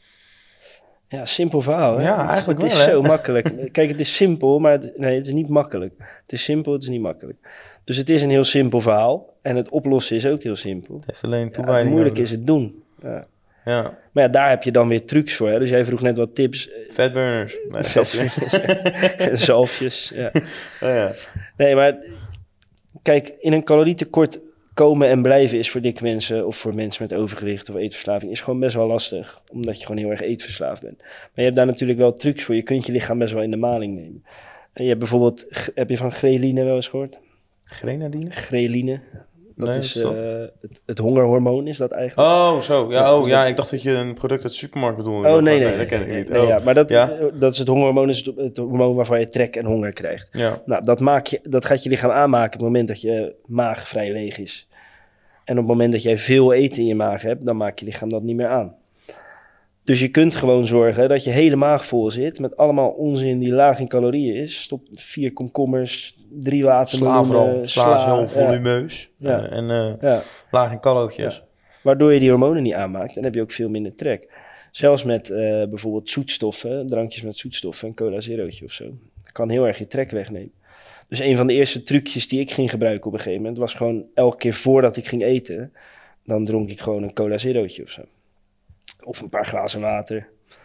Ja, simpel verhaal. Hè? Ja, eigenlijk het wel, is hè? zo makkelijk. Kijk, het is simpel, maar het is niet makkelijk. Het is simpel, het is niet makkelijk. Dus het is een heel simpel verhaal. En het oplossen is ook heel simpel. Het heeft alleen Ja, toewijding moeilijk nodig. is het doen. Ja. Ja, Maar ja, daar heb je dan weer trucs voor. Hè? Dus jij vroeg net wat tips. fatburners. Nee, grapje. Zalfjes. Ja. Oh, ja. Nee, maar kijk, in een calorietekort komen en blijven is voor dikke mensen of voor mensen met overgewicht of eetverslaving is gewoon best wel lastig. Omdat je gewoon heel erg eetverslaafd bent. Maar je hebt daar natuurlijk wel trucs voor. Je kunt je lichaam best wel in de maling nemen. En je hebt bijvoorbeeld, heb je van ghreline wel eens gehoord? Grenadine? Ghreline. Dat Nee, is dat het hongerhormoon, is dat eigenlijk. Oh, zo. Ja, Ja, oh, dus ja, dat- ik dacht dat je een product uit de supermarkt bedoelde. Oh, nee, dat ken ik niet. Nee, Oh. ja, maar dat Ja? is het hongerhormoon, is het hormoon waarvan je trek en honger krijgt. Ja. Nou, dat gaat je lichaam aanmaken op het moment dat je maag vrij leeg is. En op het moment dat jij veel eten in je maag hebt, dan maakt je lichaam dat niet meer aan. Dus je kunt gewoon zorgen dat je hele maag vol zit met allemaal onzin die laag in calorieën is. Stop 4 komkommers, 3 Sla watermeloenen, vooral. Sla is heel ja, volumeus. Ja. En ja. laag in calorietjes. Waardoor je die hormonen niet aanmaakt en heb je ook veel minder trek. Zelfs met bijvoorbeeld zoetstoffen, drankjes met zoetstoffen, een cola zerootje of zo. Dat kan heel erg je trek wegnemen. Dus een van de eerste trucjes die ik ging gebruiken op een gegeven moment was gewoon elke keer voordat ik ging eten, dan dronk ik gewoon een cola zerootje of zo. Of een paar glazen water.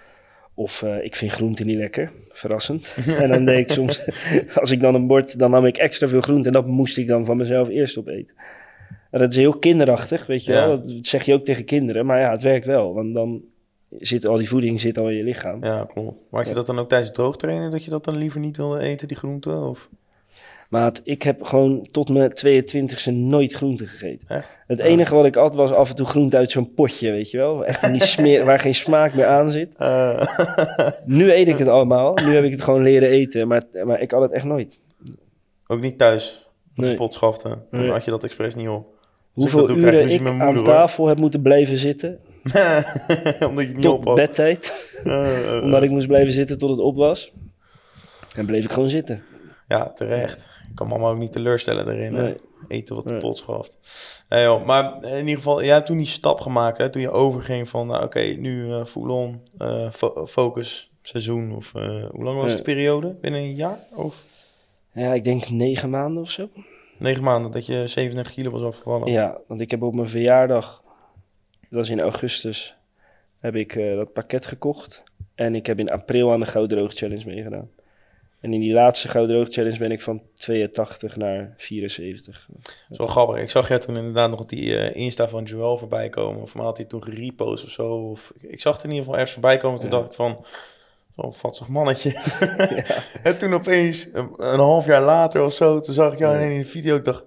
Of ik vind groente niet lekker, verrassend. En dan deed ik soms, als ik dan een bord, dan nam ik extra veel groente en dat moest ik dan van mezelf eerst opeten. En dat is heel kinderachtig, weet je Ja. wel. Dat zeg je ook tegen kinderen, maar ja, het werkt wel. Want dan zit al die voeding zit al in je lichaam. Ja, klopt. Maar had je dat dan ook tijdens het droogtrainen, dat je dat dan liever niet wilde eten, die groenten? Of? Maar ik heb gewoon tot mijn 22e nooit groente gegeten. Echt? Het enige wat ik at was af en toe groente uit zo'n potje, weet je wel. Echt van die smeer, waar geen smaak meer aan zit. Nu eet ik het allemaal. Nu heb ik het gewoon leren eten, maar ik had het echt nooit. Ook niet thuis, op Nee. de potschaften. Dan Nee. had je dat expres niet op. Hoeveel dat doe, krijg je uren ruzie ik met mijn aan moeder, hoor. tafel heb moeten blijven zitten. Omdat je het niet Tot op had. bedtijd. Omdat ik moest blijven zitten tot het op was. En bleef ik gewoon zitten. Ja, terecht. Ik kan mama ook niet teleurstellen daarin. hè. Nee. Eten wat de Nee. pot schaft. Nee, joh, maar in ieder geval, jij hebt toen die stap gemaakt. Hè, toen je overging van, nou, oké, nu full-on, focus, seizoen. Of hoe lang was Ja. de periode? Binnen een jaar? Of Ja, ik denk 9 maanden of zo. 9 maanden dat je 37 kilo was afgevallen? Ja, want ik heb op mijn verjaardag, dat was in augustus, heb ik dat pakket gekocht. En ik heb in april aan de Gouden Droog Challenge meegedaan. En in die laatste Gouden Droog Challenge ben ik van 82 naar 74. Dat is wel grappig. Ik zag jij toen inderdaad nog die Insta van Joel voorbij komen. Of mij had hij toen gerepost of zo. Of, ik zag het in ieder geval ergens voorbij komen. Toen Ja. dacht ik van, zo'n vatsig mannetje. En toen opeens, een half jaar later of zo, toen zag ik jou Ja. in een video. Ik dacht,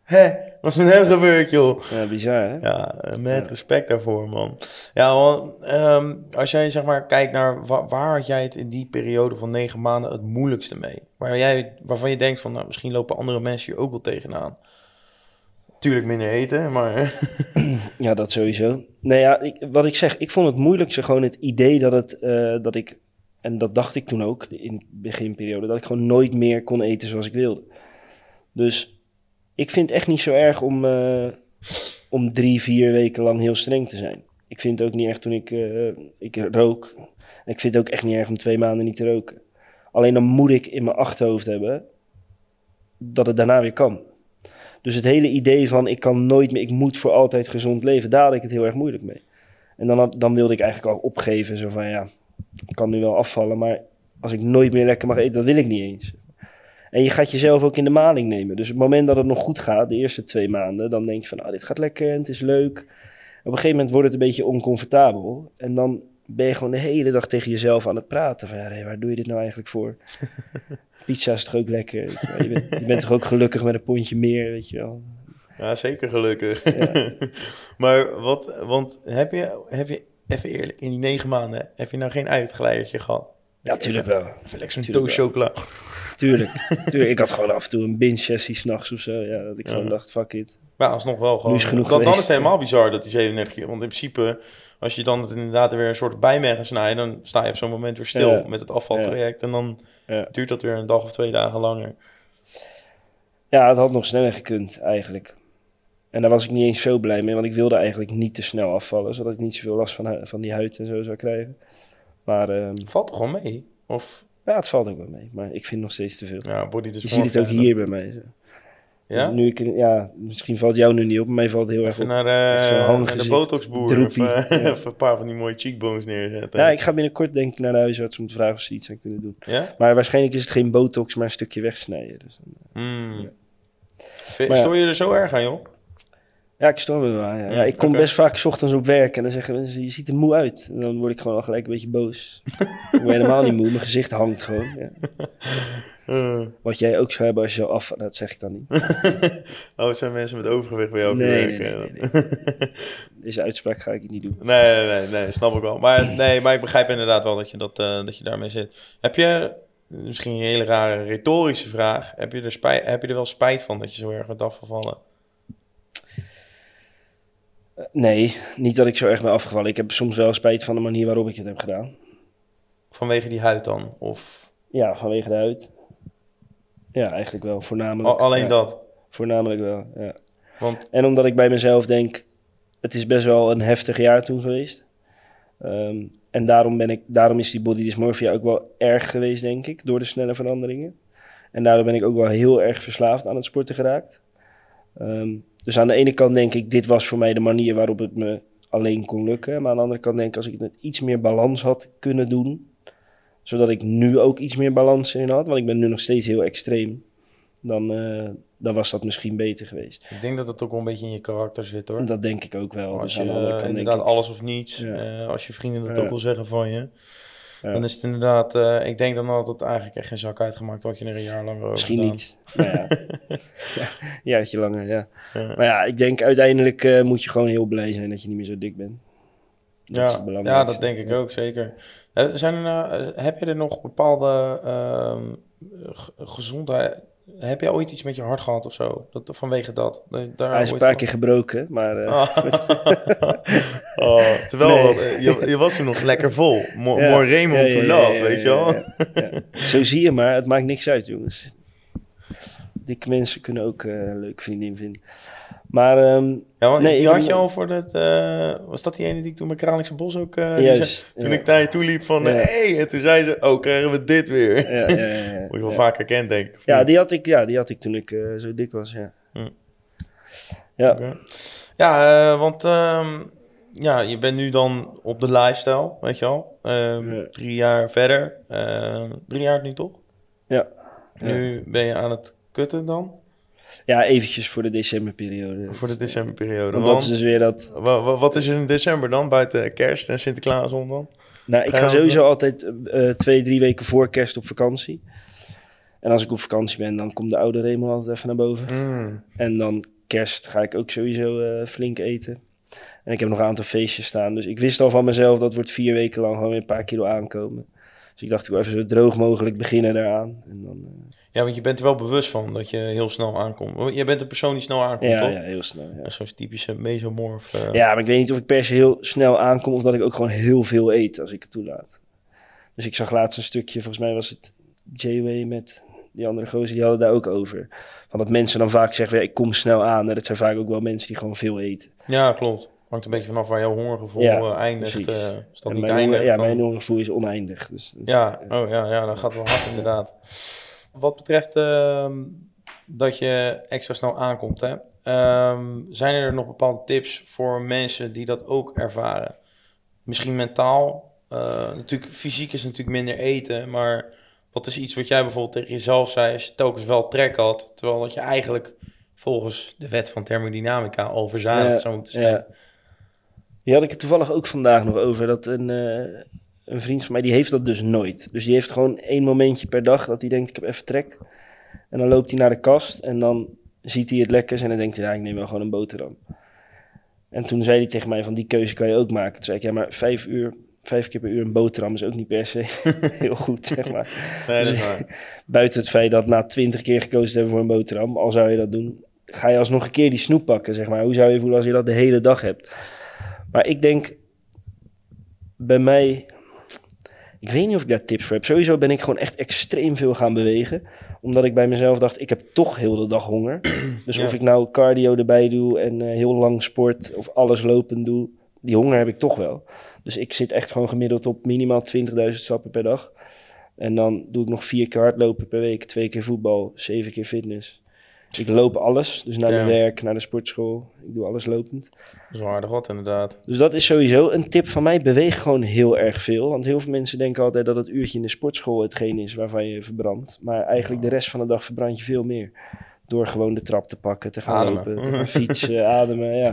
Wat is met hem gebeurd, joh? Ja, bizar, hè? Ja, met respect daarvoor, man. Ja, want als jij zeg maar kijkt naar waar had jij het in die periode van 9 maanden het moeilijkste mee? Waarvan je denkt van, nou, misschien lopen andere mensen hier ook wel tegenaan. Tuurlijk minder eten, maar... Ja, dat sowieso. Nee, ja, wat ik zeg, ik vond het moeilijkste gewoon het idee dat ik, en dat dacht ik toen ook in de beginperiode, dat ik gewoon nooit meer kon eten zoals ik wilde. Dus ik vind het echt niet zo erg om 3-4 weken lang heel streng te zijn. Ik vind het ook niet echt toen ik rook. Ik vind het ook echt niet erg om 2 maanden niet te roken. Alleen dan moet ik in mijn achterhoofd hebben dat het daarna weer kan. Dus het hele idee van ik kan nooit meer, ik moet voor altijd gezond leven, daar had ik het heel erg moeilijk mee. En dan wilde ik eigenlijk al opgeven. Zo van ja, ik kan nu wel afvallen, maar als ik nooit meer lekker mag eten, dat wil ik niet eens. En je gaat jezelf ook in de maling nemen. Dus op het moment dat het nog goed gaat, de eerste 2 maanden, dan denk je van, dit gaat lekker en het is leuk. Op een gegeven moment wordt het een beetje oncomfortabel. En dan ben je gewoon de hele dag tegen jezelf aan het praten. Van, ja, waar doe je dit nou eigenlijk voor? Pizza is toch ook lekker? Weet je wel. Je bent toch ook gelukkig met een pondje meer, weet je wel. Ja, zeker gelukkig. Ja. Maar want heb je, even eerlijk, in die 9 maanden, heb je nou geen uitgeleidertje gehad? Ja, tuurlijk wel. Even lekker zo'n toast chocola. Tuurlijk. Ik had gewoon af en toe een binge-sessie s'nachts of zo. Ja, dat ik gewoon dacht, fuck it. Maar alsnog wel gewoon. Nu is genoeg dan is geweest. het helemaal bizar dat die 37 keer. Want in principe, als je dan het inderdaad weer een soort bij bent gaan snijden, dan sta je op zo'n moment weer stil met het afvaltraject. En dan duurt dat weer een dag of 2 dagen langer. Ja, het had nog sneller gekund eigenlijk. En daar was ik niet eens zo blij mee, want ik wilde eigenlijk niet te snel afvallen, zodat ik niet zoveel last van die huid en zo zou krijgen. Maar valt toch gewoon mee? Of? Ja, het valt ook wel mee, maar ik vind nog steeds te veel. Ja, body je ziet het ook hier bij mij. Zo. Ja? Dus nu misschien valt jou nu niet op, maar mij valt het heel erg op. Naar de botoxboer even een paar van die mooie cheekbones neerzetten. Ja, ik ga binnenkort denk ik naar de huisarts om te vragen of ze iets aan kunnen doen. Ja? Maar waarschijnlijk is het geen botox, maar een stukje wegsnijden. Dus Stoor je er zo erg aan, joh? Ja, ik stoor me wel aan. Ja. Ik kom best vaak 's ochtends op werk en dan zeggen mensen, je ziet er moe uit. En dan word ik gewoon al gelijk een beetje boos. Ik ben helemaal niet moe, mijn gezicht hangt gewoon. Ja. Wat jij ook zou hebben als je af... Dat zeg ik dan niet. Het zijn mensen met overgewicht bij jou op nee, werk. Nee. Deze uitspraak ga ik niet doen. Nee, snap ik wel. Maar ik begrijp inderdaad wel dat je daarmee zit. Heb je, misschien een hele rare retorische vraag, heb je er wel spijt van dat je zo erg bent afgevallen? Nee, niet dat ik zo erg ben afgevallen. Ik heb soms wel spijt van de manier waarop ik het heb gedaan. Vanwege die huid dan? Of? Ja, vanwege de huid. Ja, eigenlijk wel. Voornamelijk. Alleen dat? Voornamelijk wel, ja. Want... En omdat ik bij mezelf denk, het is best wel een heftig jaar toen geweest. En daarom is die body dysmorphia ook wel erg geweest, denk ik, door de snelle veranderingen. En daardoor ben ik ook wel heel erg verslaafd aan het sporten geraakt. Dus aan de ene kant denk ik, dit was voor mij de manier waarop het me alleen kon lukken. Maar aan de andere kant denk ik, als ik het iets meer balans had kunnen doen, zodat ik nu ook iets meer balans in had, want ik ben nu nog steeds heel extreem, dan was dat misschien beter geweest. Ik denk dat het ook wel een beetje in je karakter zit, hoor. Dat denk ik ook wel. Als dus je inderdaad alles of niets, als je vrienden dat ook wel zeggen van je, dan is het inderdaad, ik denk dan dat het eigenlijk echt geen zak uitgemaakt wat je er een jaar langer over misschien gedaan. niet. Ja, jaartje langer, ja. Maar ja, ik denk uiteindelijk moet je gewoon heel blij zijn dat je niet meer zo dik bent. Dat is het belangrijkste. Ja, dat denk ik ook, zeker. Heb je er nog bepaalde gezondheid... Heb jij ooit iets met je hart gehad of zo? Vanwege dat? Hij is een paar keer gebroken, maar... Terwijl je was toen nog lekker vol. More Raymond to love, weet je wel? Ja. Zo zie je maar, het maakt niks uit, jongens. Dikke mensen kunnen ook een leuke vriendin vinden. Maar... die had je al voor dat... was dat die ene die ik toen bij Kralingse Bos ook... toen ik naar je toe liep van... en toen zei ze... krijgen we dit weer. Ja. Word je wel vaak herkend, denk ik. Ja, die had ik toen ik zo dik was, ja. Ja. Okay. Ja, want... je bent nu dan op de lifestyle, weet je wel. 3 jaar verder. 3 jaar nu toch? Ja. Nu ben je aan het kutten dan? Ja, eventjes voor de decemberperiode. Voor de decemberperiode. Want dat is dus weer dat... Wat is er in december dan? Buiten kerst en Sinterklaas om dan? Nou, ik ga sowieso altijd 2-3 weken voor kerst op vakantie. En als ik op vakantie ben, dan komt de oude Raymond altijd even naar boven. En dan kerst ga ik ook sowieso flink eten. En ik heb nog een aantal feestjes staan. Dus ik wist al van mezelf, dat wordt 4 weken lang gewoon weer een paar kilo aankomen. Dus ik dacht, ik wil even zo droog mogelijk beginnen daaraan. En dan, Ja, want je bent er wel bewust van dat je heel snel aankomt. Je bent een persoon die snel aankomt, toch? Ja, heel snel. Ja. Zo'n typische mesomorf. Ja, maar ik weet niet of ik per se heel snel aankom of dat ik ook gewoon heel veel eet als ik het toelaat. Dus ik zag laatst een stukje, volgens mij was het J-Way met die andere gozer, die hadden daar ook over. Van dat mensen dan vaak zeggen, ja, ik kom snel aan. En dat zijn vaak ook wel mensen die gewoon veel eten. Ja, klopt. Hangt een beetje vanaf waar jouw hongergevoel eindigt. Is dat niet eindig? Ja, mijn hongergevoel is oneindig. Dus, ja, dan gaat het wel hard inderdaad. Wat betreft dat je extra snel aankomt, hè? Zijn er nog bepaalde tips voor mensen die dat ook ervaren? Misschien mentaal. Natuurlijk, fysiek is natuurlijk minder eten, maar wat is iets wat jij bijvoorbeeld tegen jezelf zei als je telkens wel trek had, terwijl dat je eigenlijk volgens de wet van thermodynamica al verzadigd zou moeten zijn? Ja. Hier had ik het toevallig ook vandaag nog over, dat een vriend van mij, die heeft dat dus nooit. Dus die heeft gewoon 1 momentje per dag dat hij denkt, ik heb even trek. En dan loopt hij naar de kast en dan ziet hij het lekkers en dan denkt hij, ja, ik neem wel gewoon een boterham. En toen zei hij tegen mij, van die keuze kan je ook maken. Toen zei ik, ja, maar 5 keer per uur een boterham is ook niet per se heel goed, zeg maar. Nee, dat is waar. Buiten het feit dat na 20 keer gekozen te hebben voor een boterham, al zou je dat doen, ga je alsnog een keer die snoep pakken, zeg maar. Hoe zou je voelen als je dat de hele dag hebt? Maar ik denk, bij mij, ik weet niet of ik daar tips voor heb. Sowieso ben ik gewoon echt extreem veel gaan bewegen. Omdat ik bij mezelf dacht, ik heb toch heel de dag honger. Dus of ik nou cardio erbij doe en heel lang sport of alles lopen doe, die honger heb ik toch wel. Dus ik zit echt gewoon gemiddeld op minimaal 20.000 stappen per dag. En dan doe ik nog 4 keer hardlopen per week, 2 keer voetbal, 7 keer fitness. Ik loop alles, dus naar mijn werk, naar de sportschool. Ik doe alles lopend. Dat is wel aardig wat, inderdaad. Dus dat is sowieso een tip van mij. Beweeg gewoon heel erg veel. Want heel veel mensen denken altijd dat het uurtje in de sportschool hetgeen is waarvan je verbrandt. Maar eigenlijk de rest van de dag verbrand je veel meer. Door gewoon de trap te pakken, te gaan lopen, te gaan fietsen, ademen, ja.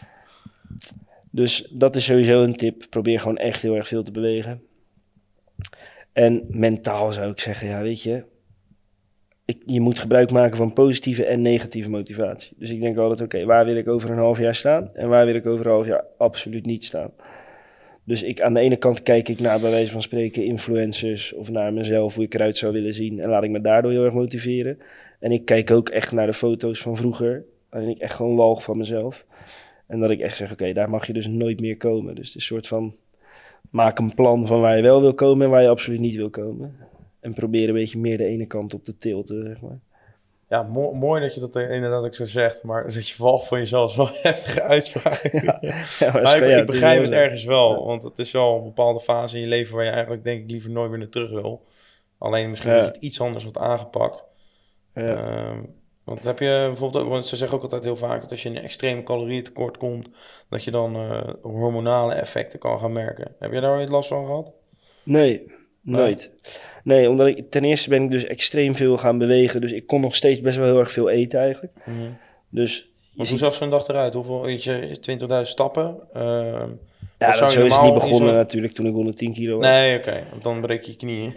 Dus dat is sowieso een tip. Probeer gewoon echt heel erg veel te bewegen. En mentaal zou ik zeggen, ja, weet je, je moet gebruik maken van positieve en negatieve motivatie. Dus ik denk altijd, oké, waar wil ik over een half jaar staan? En waar wil ik over een half jaar absoluut niet staan? Dus aan de ene kant kijk ik naar, bij wijze van spreken, influencers of naar mezelf, hoe ik eruit zou willen zien. En laat ik me daardoor heel erg motiveren. En ik kijk ook echt naar de foto's van vroeger, waarin ik echt gewoon walg van mezelf. En dat ik echt zeg, oké, daar mag je dus nooit meer komen. Dus het is een soort van, maak een plan van waar je wel wil komen en waar je absoluut niet wil komen. En probeer een beetje meer de ene kant op te tilten, zeg maar. Ja, mooi dat je dat inderdaad ook zo zegt. Maar dat je walgt van jezelf is wel een heftige uitspraak. Ik begrijp het ergens wel. Ja. Want het is wel een bepaalde fase in je leven waar je eigenlijk denk ik liever nooit meer naar terug wil. Alleen misschien dat je het iets anders wordt aangepakt. Ja. Want heb je bijvoorbeeld ook, want ze zeggen ook altijd heel vaak dat als je in een extreem calorieëntekort komt, dat je dan hormonale effecten kan gaan merken. Heb je daar ooit last van gehad? Nee. Nooit. Nee, omdat ten eerste ben ik dus extreem veel gaan bewegen. Dus ik kon nog steeds best wel heel erg veel eten eigenlijk. Mm-hmm. Dus hoe zag zo'n dag eruit? Hoeveel eet je? 20.000 stappen? Ja, dat zo is het niet begonnen natuurlijk toen ik 110 kilo was. Nee, oké. Want dan breek je knieën.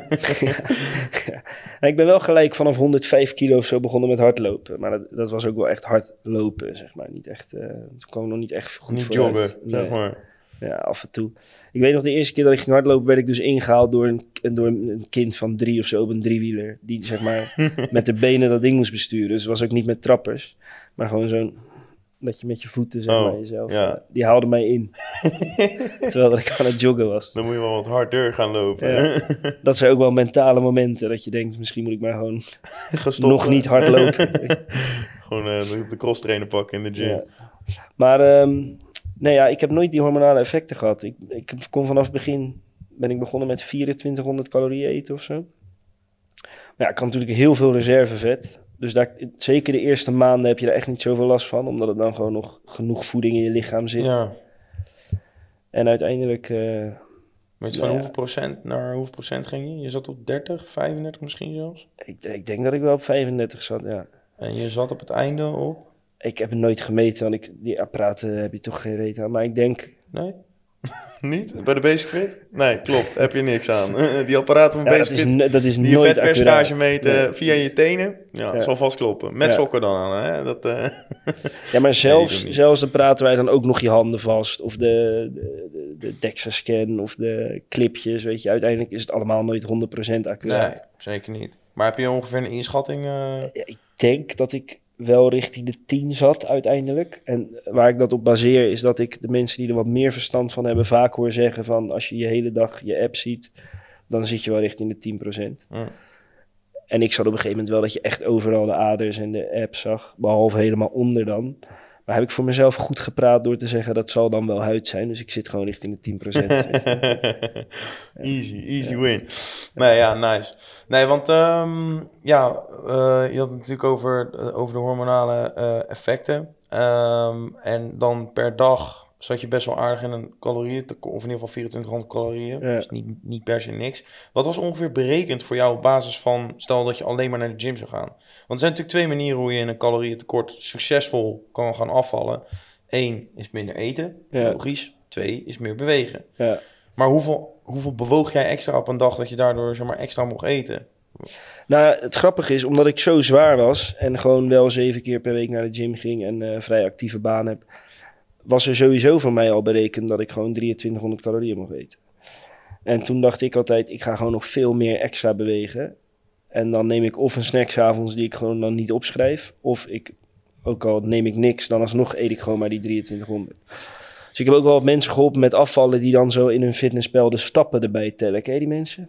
Ja, ik ben wel gelijk vanaf 105 kilo of zo begonnen met hardlopen. Maar dat was ook wel echt hard lopen, zeg maar. Niet echt, toen kwam ik nog niet echt goed niet vooruit. Joggen, zeg maar. Ja, af en toe. Ik weet nog de eerste keer dat ik ging hardlopen, werd ik dus ingehaald door een kind van 3 of zo op een driewieler. Die zeg maar met de benen dat ding moest besturen. Dus het was ook niet met trappers. Maar gewoon zo'n, dat je met je voeten zeg maar jezelf. Ja. Die haalde mij in. Terwijl dat ik aan het joggen was. Dan moet je wel wat harder gaan lopen. Ja. Dat zijn ook wel mentale momenten. Dat je denkt, misschien moet ik maar gewoon nog niet hard lopen. Gewoon de cross trainer pakken in de gym. Ja. Maar nee, ja, ik heb nooit die hormonale effecten gehad. Ik kon vanaf het begin, ben ik begonnen met 2400 calorieën eten of zo. Maar ja, ik had natuurlijk heel veel reservevet. Dus zeker de eerste maanden heb je daar echt niet zoveel last van. Omdat het dan gewoon nog genoeg voeding in je lichaam zit. Ja. En uiteindelijk... Weet je van hoeveel procent naar hoeveel procent ging je? Je zat op 30, 35 misschien zelfs? Ik denk dat ik wel op 35 zat, ja. En je zat op het einde op? Ik heb het nooit gemeten, want die apparaten heb je toch geen reet aan. Maar ik denk... Nee? Niet? Bij de Basic Fit? Nee, klopt. Heb je niks aan. Die apparaten van Basic Fit, dat is die je nooit vetpercentage accuraat. meten via je tenen. Ja, Ja. zal vast kloppen. Met sokken dan aan, hè? Dat, Ja, maar zelfs niet. dan praten wij dan ook nog je handen vast. Of de DEXA-scan of de clipjes, weet je. Uiteindelijk is het allemaal nooit 100% accuraat. Nee, zeker niet. Maar heb je ongeveer een inschatting? Ja, ik denk dat ik wel richting de 10 zat uiteindelijk. En waar ik dat op baseer is dat ik de mensen die er wat meer verstand van hebben vaak hoor zeggen van als je hele dag je app ziet, dan zit je wel richting de 10%. Ja. En ik zat op een gegeven moment wel dat je echt overal de aders en de app zag, behalve helemaal onder dan. Maar heb ik voor mezelf goed gepraat door te zeggen dat zal dan wel huid zijn. Dus ik zit gewoon richting de 10%. Easy win. Nee, ja, nice. Nee, want je had het natuurlijk over de hormonale effecten. En dan per dag zat je best wel aardig in een calorieën, of in ieder geval 2400 calorieën. Ja. Dus niet per se niks. Wat was ongeveer berekend voor jou op basis van, stel dat je alleen maar naar de gym zou gaan? Want er zijn natuurlijk 2 manieren hoe je in een calorieëntekort succesvol kan gaan afvallen. 1 is minder eten, logisch. 2 is meer bewegen. Ja. Maar hoeveel bewoog jij extra op een dag dat je daardoor zeg maar, extra mocht eten? Nou, het grappige is, omdat ik zo zwaar was en gewoon wel 7 keer per week naar de gym ging en een vrij actieve baan heb, was er sowieso voor mij al berekend dat ik gewoon 2300 calorieën mocht eten. En toen dacht ik altijd, ik ga gewoon nog veel meer extra bewegen. En dan neem ik of een snack 's avonds die ik gewoon dan niet opschrijf, of ook al neem ik niks, dan alsnog eet ik gewoon maar die 2300. Dus ik heb ook wel wat mensen geholpen met afvallen die dan zo in hun fitnesspel de stappen erbij tellen. Ken je die mensen?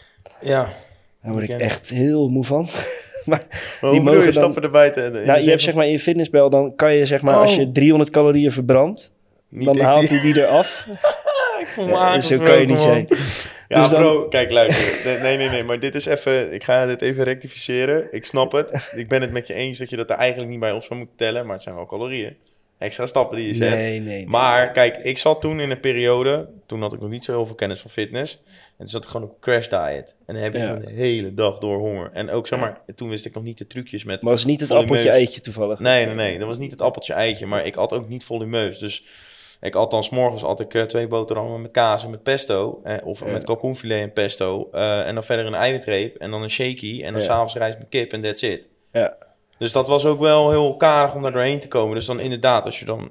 Ja. Daar word ik echt heel moe van. Maar hoe bedoel je stappen erbij te... Nou, je hebt zeg maar in je fitnessbel, dan kan je zeg maar als je 300 calorieën verbrandt, dan haalt hij die eraf. Ik voel me aan. Zo kan je niet zijn. Ja, dus dan... bro, kijk, luister. Nee, maar dit is even... Ik ga dit even rectificeren. Ik snap het. Ik ben het met je eens dat je dat er eigenlijk niet bij op zou moeten tellen, maar het zijn wel calorieën. Extra stappen die je zet. Nee. Maar kijk, ik zat toen in een periode, toen had ik nog niet zo heel veel kennis van fitness. En toen zat ik gewoon op crash diet. En dan heb ik een hele dag door honger. En ook, zeg maar, toen wist ik nog niet de trucjes met... Maar was niet het appeltje-eitje toevallig? Nee. Dat was niet het appeltje-eitje. Maar ik at ook niet volumeus. Dus ik at dan 's morgens at ik 2 boterhammen met kaas en met pesto. Of met kalkoenfilet en pesto. En dan verder een eiwitreep. En dan een shaky. En dan 's avonds rijst met kip en that's it. Ja. Dus dat was ook wel heel karig om daar doorheen te komen. Dus dan inderdaad, als je dan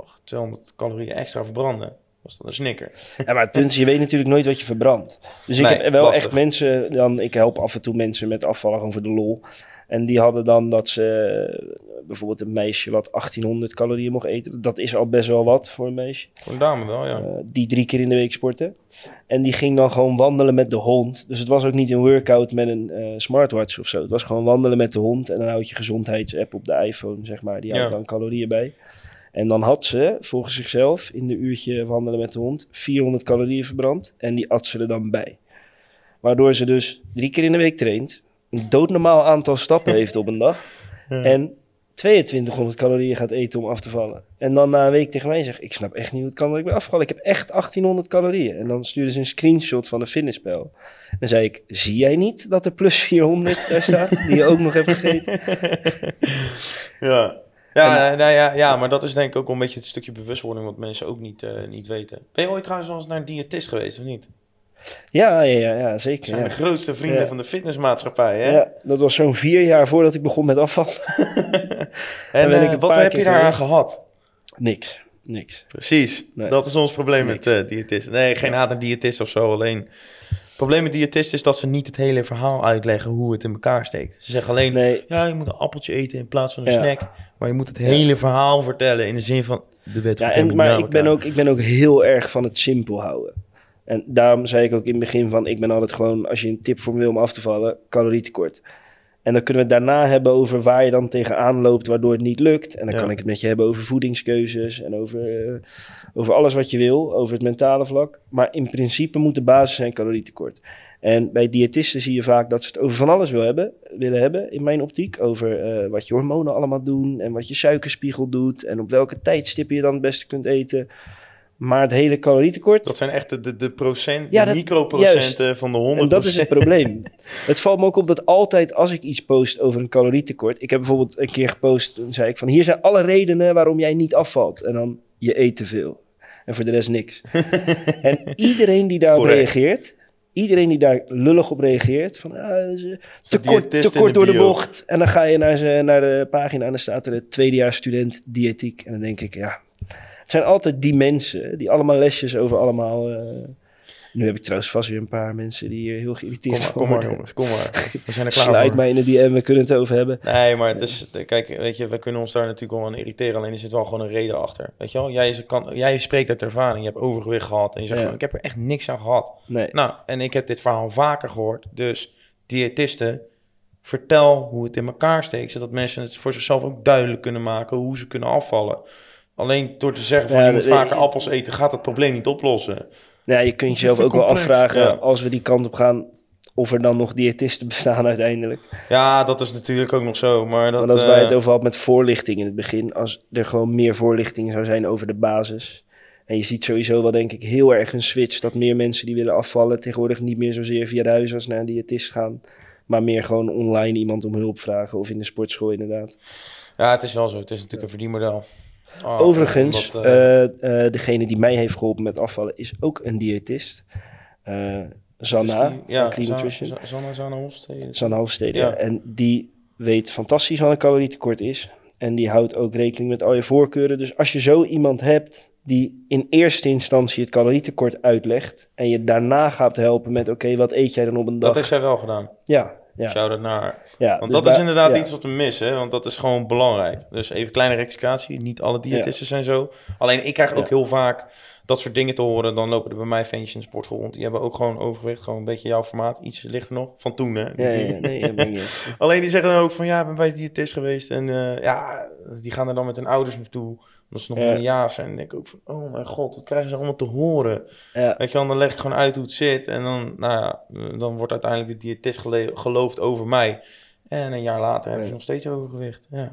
200 calorieën extra verbrandde, was dat een snicker. Ja, maar het punt is, je weet natuurlijk nooit wat je verbrandt. Dus ik heb wel lastig. Echt mensen, ik help af en toe mensen met afvallen gewoon voor de lol. En die hadden dan dat ze bijvoorbeeld een meisje wat 1800 calorieën mocht eten. Dat is al best wel wat voor een meisje. Voor een dame wel, ja. Die 3 keer in de week sporten. En die ging dan gewoon wandelen met de hond. Dus het was ook niet een workout met een smartwatch of zo. Het was gewoon wandelen met de hond. En dan houd je gezondheidsapp op de iPhone, zeg maar. Die houdt dan calorieën bij. En dan had ze, volgens zichzelf, in de uurtje wandelen met de hond, 400 calorieën verbrand. En die at ze er dan bij. Waardoor ze dus 3 keer in de week traint. Een doodnormaal aantal stappen heeft op een dag. Ja. En 2200 calorieën gaat eten om af te vallen. En dan na een week tegen mij zegt, ik snap echt niet hoe het kan dat ik ben afgevallen. Ik heb echt 1800 calorieën. En dan stuurde ze een screenshot van de fitnesspel. En dan zei ik, zie jij niet dat er plus 400 daar staat, die je ook nog hebt gegeten? Ja, maar dat is denk ik ook wel een beetje het stukje bewustwording wat mensen ook niet weten. Ben je ooit trouwens wel eens naar een diëtist geweest of niet? Ja, zeker. Dat zijn de grootste vrienden van de fitnessmaatschappij, hè? Ja, dat was zo'n 4 jaar voordat ik begon met afval. En wat heb je daaraan gehad? Niks. Precies, dat is ons probleem met diëtisten. Nee, geen haat naar diëtisten of zo, alleen... Het probleem met diëtisten is dat ze niet het hele verhaal uitleggen hoe het in elkaar steekt. Ze zeggen alleen, je moet een appeltje eten in plaats van een snack. Maar je moet het hele verhaal vertellen in de zin van de wet van maar ik ben ook heel erg van het simpel houden. En daarom zei ik ook in het begin van, ik ben altijd gewoon, als je een tip voor me wil om af te vallen, calorietekort. En dan kunnen we het daarna hebben over waar je dan tegenaan loopt, waardoor het niet lukt. En dan kan ik het met je hebben over voedingskeuzes en over alles wat je wil, over het mentale vlak. Maar in principe moet de basis zijn calorietekort. En bij diëtisten zie je vaak dat ze het over van alles willen hebben, in mijn optiek. Over wat je hormonen allemaal doen en wat je suikerspiegel doet en op welke tijdstippen je dan het beste kunt eten. Maar het hele calorietekort... Dat zijn echt de procent, de microprocenten van de 100%. En dat is het probleem. Het valt me ook op dat altijd als ik iets post over een calorietekort... Ik heb bijvoorbeeld een keer gepost, toen zei ik van... Hier zijn alle redenen waarom jij niet afvalt. En dan, je eet te veel. en voor de rest niks. En iedereen die daarop Correct. reageert, iedereen die daar lullig op reageert, van te kort door de bocht. En dan ga je naar de pagina en dan staat er de tweedejaars student diëtiek. En dan denk ik, ja, het zijn altijd die mensen die allemaal lesjes over allemaal... Nu heb ik trouwens vast weer een paar mensen die hier heel geïrriteerd Kom maar jongens, kom maar. We zijn er klaar Sluit voor. mij in de DM, we kunnen het over hebben. Nee, maar het is... Kijk, weet je, we kunnen ons daar natuurlijk wel aan irriteren. Alleen er zit wel gewoon een reden achter. Weet je wel? Jij spreekt uit ervaring. Je hebt overgewicht gehad. En je zegt, ik heb er echt niks aan gehad. Nee. Nou, en ik heb dit verhaal vaker gehoord. Dus diëtisten, vertel hoe het in elkaar steekt. Zodat mensen het voor zichzelf ook duidelijk kunnen maken hoe ze kunnen afvallen. Alleen door te zeggen van je moet vaker appels eten, gaat het probleem niet oplossen. Ja, je kunt jezelf ook wel afvragen, als we die kant op gaan, of er dan nog diëtisten bestaan uiteindelijk. Ja, dat is natuurlijk ook nog zo. Maar dat wij het over hadden met voorlichting in het begin. Als er gewoon meer voorlichting zou zijn over de basis. En je ziet sowieso wel, denk ik, heel erg een switch. Dat meer mensen die willen afvallen tegenwoordig niet meer zozeer via de huisarts naar een diëtist gaan. Maar meer gewoon online iemand om hulp vragen of in de sportschool inderdaad. Ja, het is wel zo. Het is natuurlijk een verdienmodel. Overigens, degene die mij heeft geholpen met afvallen is ook een diëtist. Zanna, van Clean Nutrition. Zanna Hofstede. Ja. En die weet fantastisch wat een calorietekort is. En die houdt ook rekening met al je voorkeuren. Dus als je zo iemand hebt die in eerste instantie het calorietekort uitlegt en je daarna gaat helpen met oké, wat eet jij dan op een dag? Dat heeft zij wel gedaan. Ja. Shout-out naar haar. Ja, want dus dat is inderdaad iets wat we missen, want dat is gewoon belangrijk. Dus even kleine rectificatie, niet alle diëtisten zijn zo. Alleen ik krijg ook heel vaak dat soort dingen te horen. Dan lopen er bij mij ventjes in de sportschool rond. Die hebben ook gewoon overgewicht, gewoon een beetje jouw formaat. Iets lichter nog, van toen hè. Alleen die zeggen dan ook van ja, ik ben bij de diëtist geweest. En die gaan er dan met hun ouders naartoe. Omdat ze nog maar een jaar zijn. En denk ik ook van, oh mijn god, wat krijgen ze allemaal te horen? Ja. Weet je wel, dan leg ik gewoon uit hoe het zit. En dan wordt uiteindelijk de diëtist geloofd over mij. En een jaar later hebben ze nog steeds overgewicht. Ja.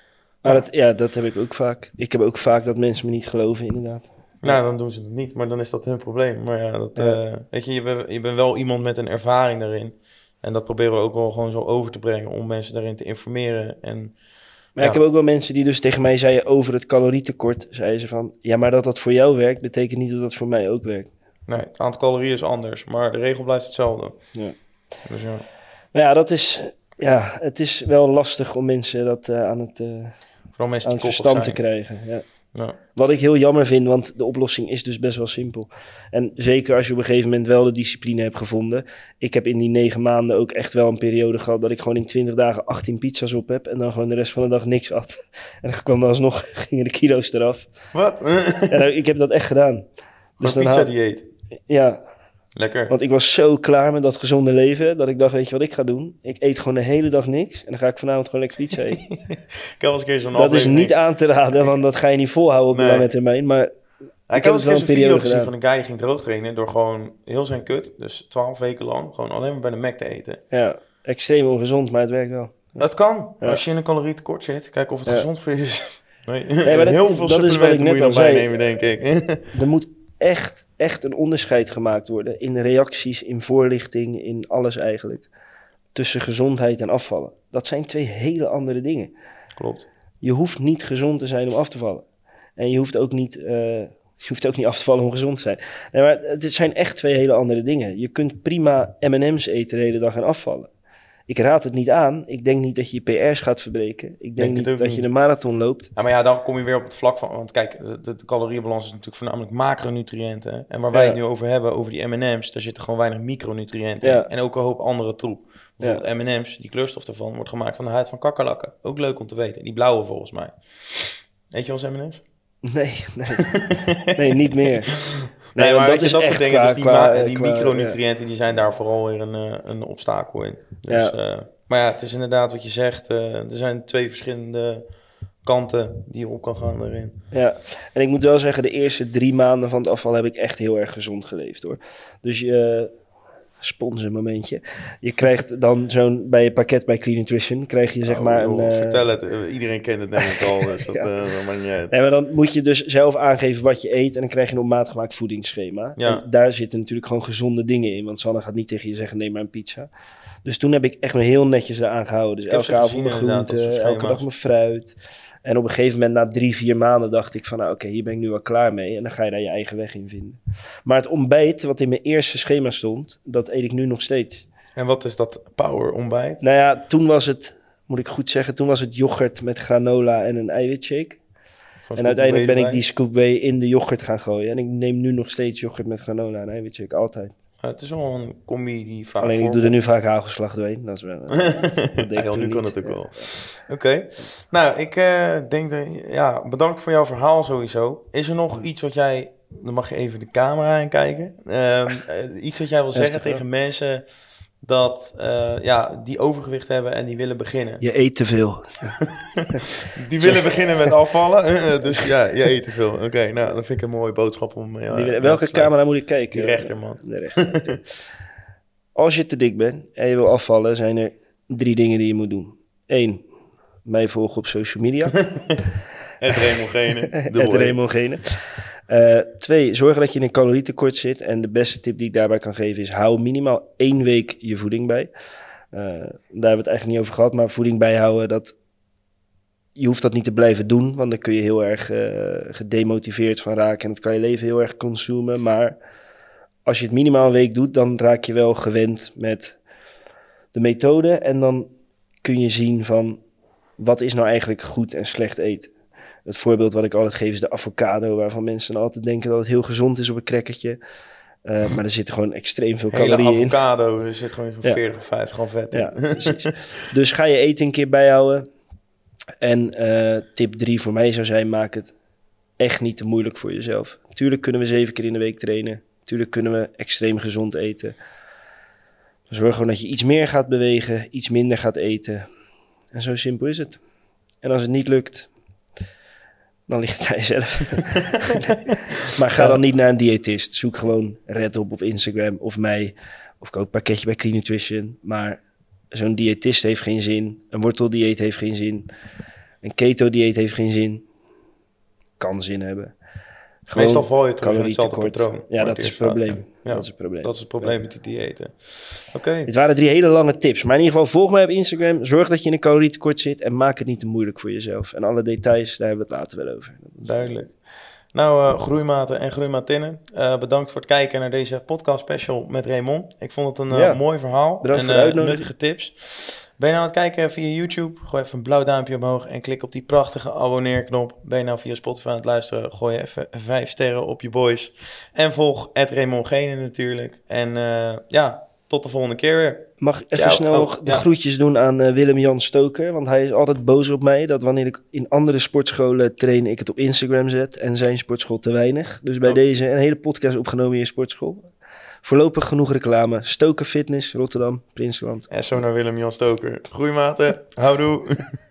Maar dat heb ik ook vaak. Ik heb ook vaak dat mensen me niet geloven, inderdaad. Nou, dan doen ze het niet, maar dan is dat hun probleem. Maar weet je, je bent wel iemand met een ervaring daarin. En dat proberen we ook wel gewoon zo over te brengen om mensen daarin te informeren. Maar ik heb ook wel mensen die dus tegen mij zeiden over het calorietekort. Zeiden ze van, ja, maar dat voor jou werkt, betekent niet dat dat voor mij ook werkt. Nee, het aantal calorieën is anders, maar de regel blijft hetzelfde. Ja. Dus ja. Maar ja, dat is... Ja, het is wel lastig om mensen dat aan het verstand te krijgen. Ja. Ja. Wat ik heel jammer vind, want de oplossing is dus best wel simpel. En zeker als je op een gegeven moment wel de discipline hebt gevonden. Ik heb in die 9 maanden ook echt wel een periode gehad dat ik gewoon in 20 dagen 18 pizza's op heb. En dan gewoon de rest van de dag niks at. En dan kwam dan alsnog, gingen de kilo's eraf. Wat? Ik heb dat echt gedaan. Dus dan pizza-dieet? Ja. Lekker. Want ik was zo klaar met dat gezonde leven, dat ik dacht, weet je wat ik ga doen? Ik eet gewoon de hele dag niks en dan ga ik vanavond gewoon lekker pizza eten. Ik heb eens een keer zo'n dat is niet aan te raden, want dat ga je niet volhouden op de lange termijn. Maar ik heb eens een video gezien van een guy die ging droogtrainen door gewoon heel zijn kut, dus 12 weken lang, gewoon alleen maar bij de Mac te eten. Ja, extreem ongezond, maar het werkt wel. Dat kan. Ja. Als je in een calorietekort zit, kijk of het gezond voor je is. Nee, maar heel veel supplementen moet je dan bijnemen, denk ik. Er moet echt een onderscheid gemaakt worden in reacties, in voorlichting, in alles eigenlijk. Tussen gezondheid en afvallen. Dat zijn 2 hele andere dingen. Klopt. Je hoeft niet gezond te zijn om af te vallen. En je hoeft ook niet af te vallen om gezond te zijn. Nee, maar het zijn echt 2 hele andere dingen. Je kunt prima M&M's eten de hele dag en afvallen. Ik raad het niet aan. Ik denk niet dat je PR's gaat verbreken. Ik denk niet dat je een marathon loopt. Ja, maar ja, dan kom je weer op het vlak van... Want kijk, de caloriebalans is natuurlijk voornamelijk macronutriënten. En waar wij het nu over hebben, over die M&M's... daar zitten gewoon weinig micronutriënten in. En ook een hoop andere troep. Bijvoorbeeld M&M's, die kleurstof daarvan... wordt gemaakt van de huid van kakkerlakken. Ook leuk om te weten. Die blauwe volgens mij. Eet je wel eens M&M's? Nee, niet meer. Nee, maar dat is dat soort dingen. Dus die micronutriënten die zijn daar vooral weer een obstakel in. Dus, maar ja, het is inderdaad wat je zegt. Er zijn 2 verschillende kanten die je op kan gaan daarin. Ja, en ik moet wel zeggen, de eerste 3 maanden van het afval heb ik echt heel erg gezond geleefd hoor. Dus sponsormomentje. Je krijgt dan bij je pakket bij Clean Nutrition, krijg je zeg maar een... Vertel het, iedereen kent het denk ik al, dus dat maakt niet uit. Nee, maar dan moet je dus zelf aangeven wat je eet en dan krijg je een op maat gemaakt voedingsschema. Ja. En daar zitten natuurlijk gewoon gezonde dingen in, want Sanne gaat niet tegen je zeggen, neem maar een pizza. Dus toen heb ik echt me heel netjes eraan gehouden. Dus elke avond mijn groente, elke dag mijn fruit. En op een gegeven moment, na 3-4 maanden, dacht ik van, nou oké, hier ben ik nu wel klaar mee. En dan ga je daar je eigen weg in vinden. Maar het ontbijt, wat in mijn eerste schema stond, dat eet ik nu nog steeds. En wat is dat power ontbijt? Nou ja, toen was het, moet ik goed zeggen, toen was het yoghurt met granola en een eiwitshake. En uiteindelijk ben ik die scoop whey in de yoghurt gaan gooien. En ik neem nu nog steeds yoghurt met granola en eiwitshake, altijd. Het is wel een combi die vaak alleen ik doe er nu vaak hagelslag doorheen. Dat is wel... dat nu kan het ook wel. Oké. Nou, ik denk dat... Ja, bedankt voor jouw verhaal sowieso. Is er nog iets wat jij... Dan mag je even de camera aankijken. Iets wat jij wil zeggen tegen mensen... dat die overgewicht hebben en die willen beginnen. Je eet te veel. Die willen beginnen met afvallen. Dus ja, je eet te veel. Oké, nou, dat vind ik een mooie boodschap om... welke camera moet ik kijken? Die rechter, man. De rechter. Als je te dik bent en je wil afvallen, zijn er 3 dingen die je moet doen. 1, mij volgen op social media. Het Remongene. Het Remongene. 2, zorg dat je in een calorietekort zit. En de beste tip die ik daarbij kan geven is... hou minimaal 1 week je voeding bij. Daar hebben we het eigenlijk niet over gehad. Maar voeding bijhouden, je hoeft dat niet te blijven doen. Want dan kun je heel erg gedemotiveerd van raken. En dat kan je leven heel erg consumen. Maar als je het minimaal een week doet... dan raak je wel gewend met de methode. En dan kun je zien van... wat is nou eigenlijk goed en slecht eten. Het voorbeeld wat ik altijd geef is de avocado... waarvan mensen altijd denken dat het heel gezond is op een crackertje. Maar er zitten gewoon extreem veel calorieën in. Avocado, er zit gewoon zo'n 40 of 50 gram vet in. Ja, precies. Dus ga je eten een keer bijhouden. En tip 3 voor mij zou zijn... maak het echt niet te moeilijk voor jezelf. Tuurlijk kunnen we 7 keer in de week trainen. Tuurlijk kunnen we extreem gezond eten. Zorg gewoon dat je iets meer gaat bewegen... iets minder gaat eten. En zo simpel is het. En als het niet lukt... dan ligt het aan jezelf. Maar ga dan niet naar een diëtist. Zoek gewoon Red op Instagram of mij. Of koop een pakketje bij Clean Nutrition. Maar zo'n diëtist heeft geen zin. Een worteldieet heeft geen zin. Een keto-dieet heeft geen zin. Kan zin hebben. Gewoon meestal val je terug in hetzelfde patroon. Ja, dat is het probleem. Ja, dat is het probleem. Dat is het probleem met die diëten. Oké. Dit waren 3 hele lange tips. Maar in ieder geval, volg mij op Instagram. Zorg dat je in een calorietekort zit. En maak het niet te moeilijk voor jezelf. En alle details, daar hebben we het later wel over. Duidelijk. Nou, groeimaten en groeimatinnen. Bedankt voor het kijken naar deze podcast special met Raymond. Ik vond het een mooi verhaal. Bedankt voor de uitnodiging. Nuttige tips. Ben je nou aan het kijken via YouTube? Gooi even een blauw duimpje omhoog en klik op die prachtige abonneerknop. Ben je nou via Spotify aan het luisteren? Gooi even 5 sterren op je boys. En volg @Remongene natuurlijk. En tot de volgende keer weer. Mag ik even snel de groetjes doen aan Willem-Jan Stoker? Want hij is altijd boos op mij dat wanneer ik in andere sportscholen train, ik het op Instagram zet. En zijn sportschool te weinig. Dus bij deze een hele podcast opgenomen in je sportschool. Voorlopig genoeg reclame. Stoker Fitness, Rotterdam, Prinsland. En zo naar Willem-Jan Stoker. Groeimaten, houdoe.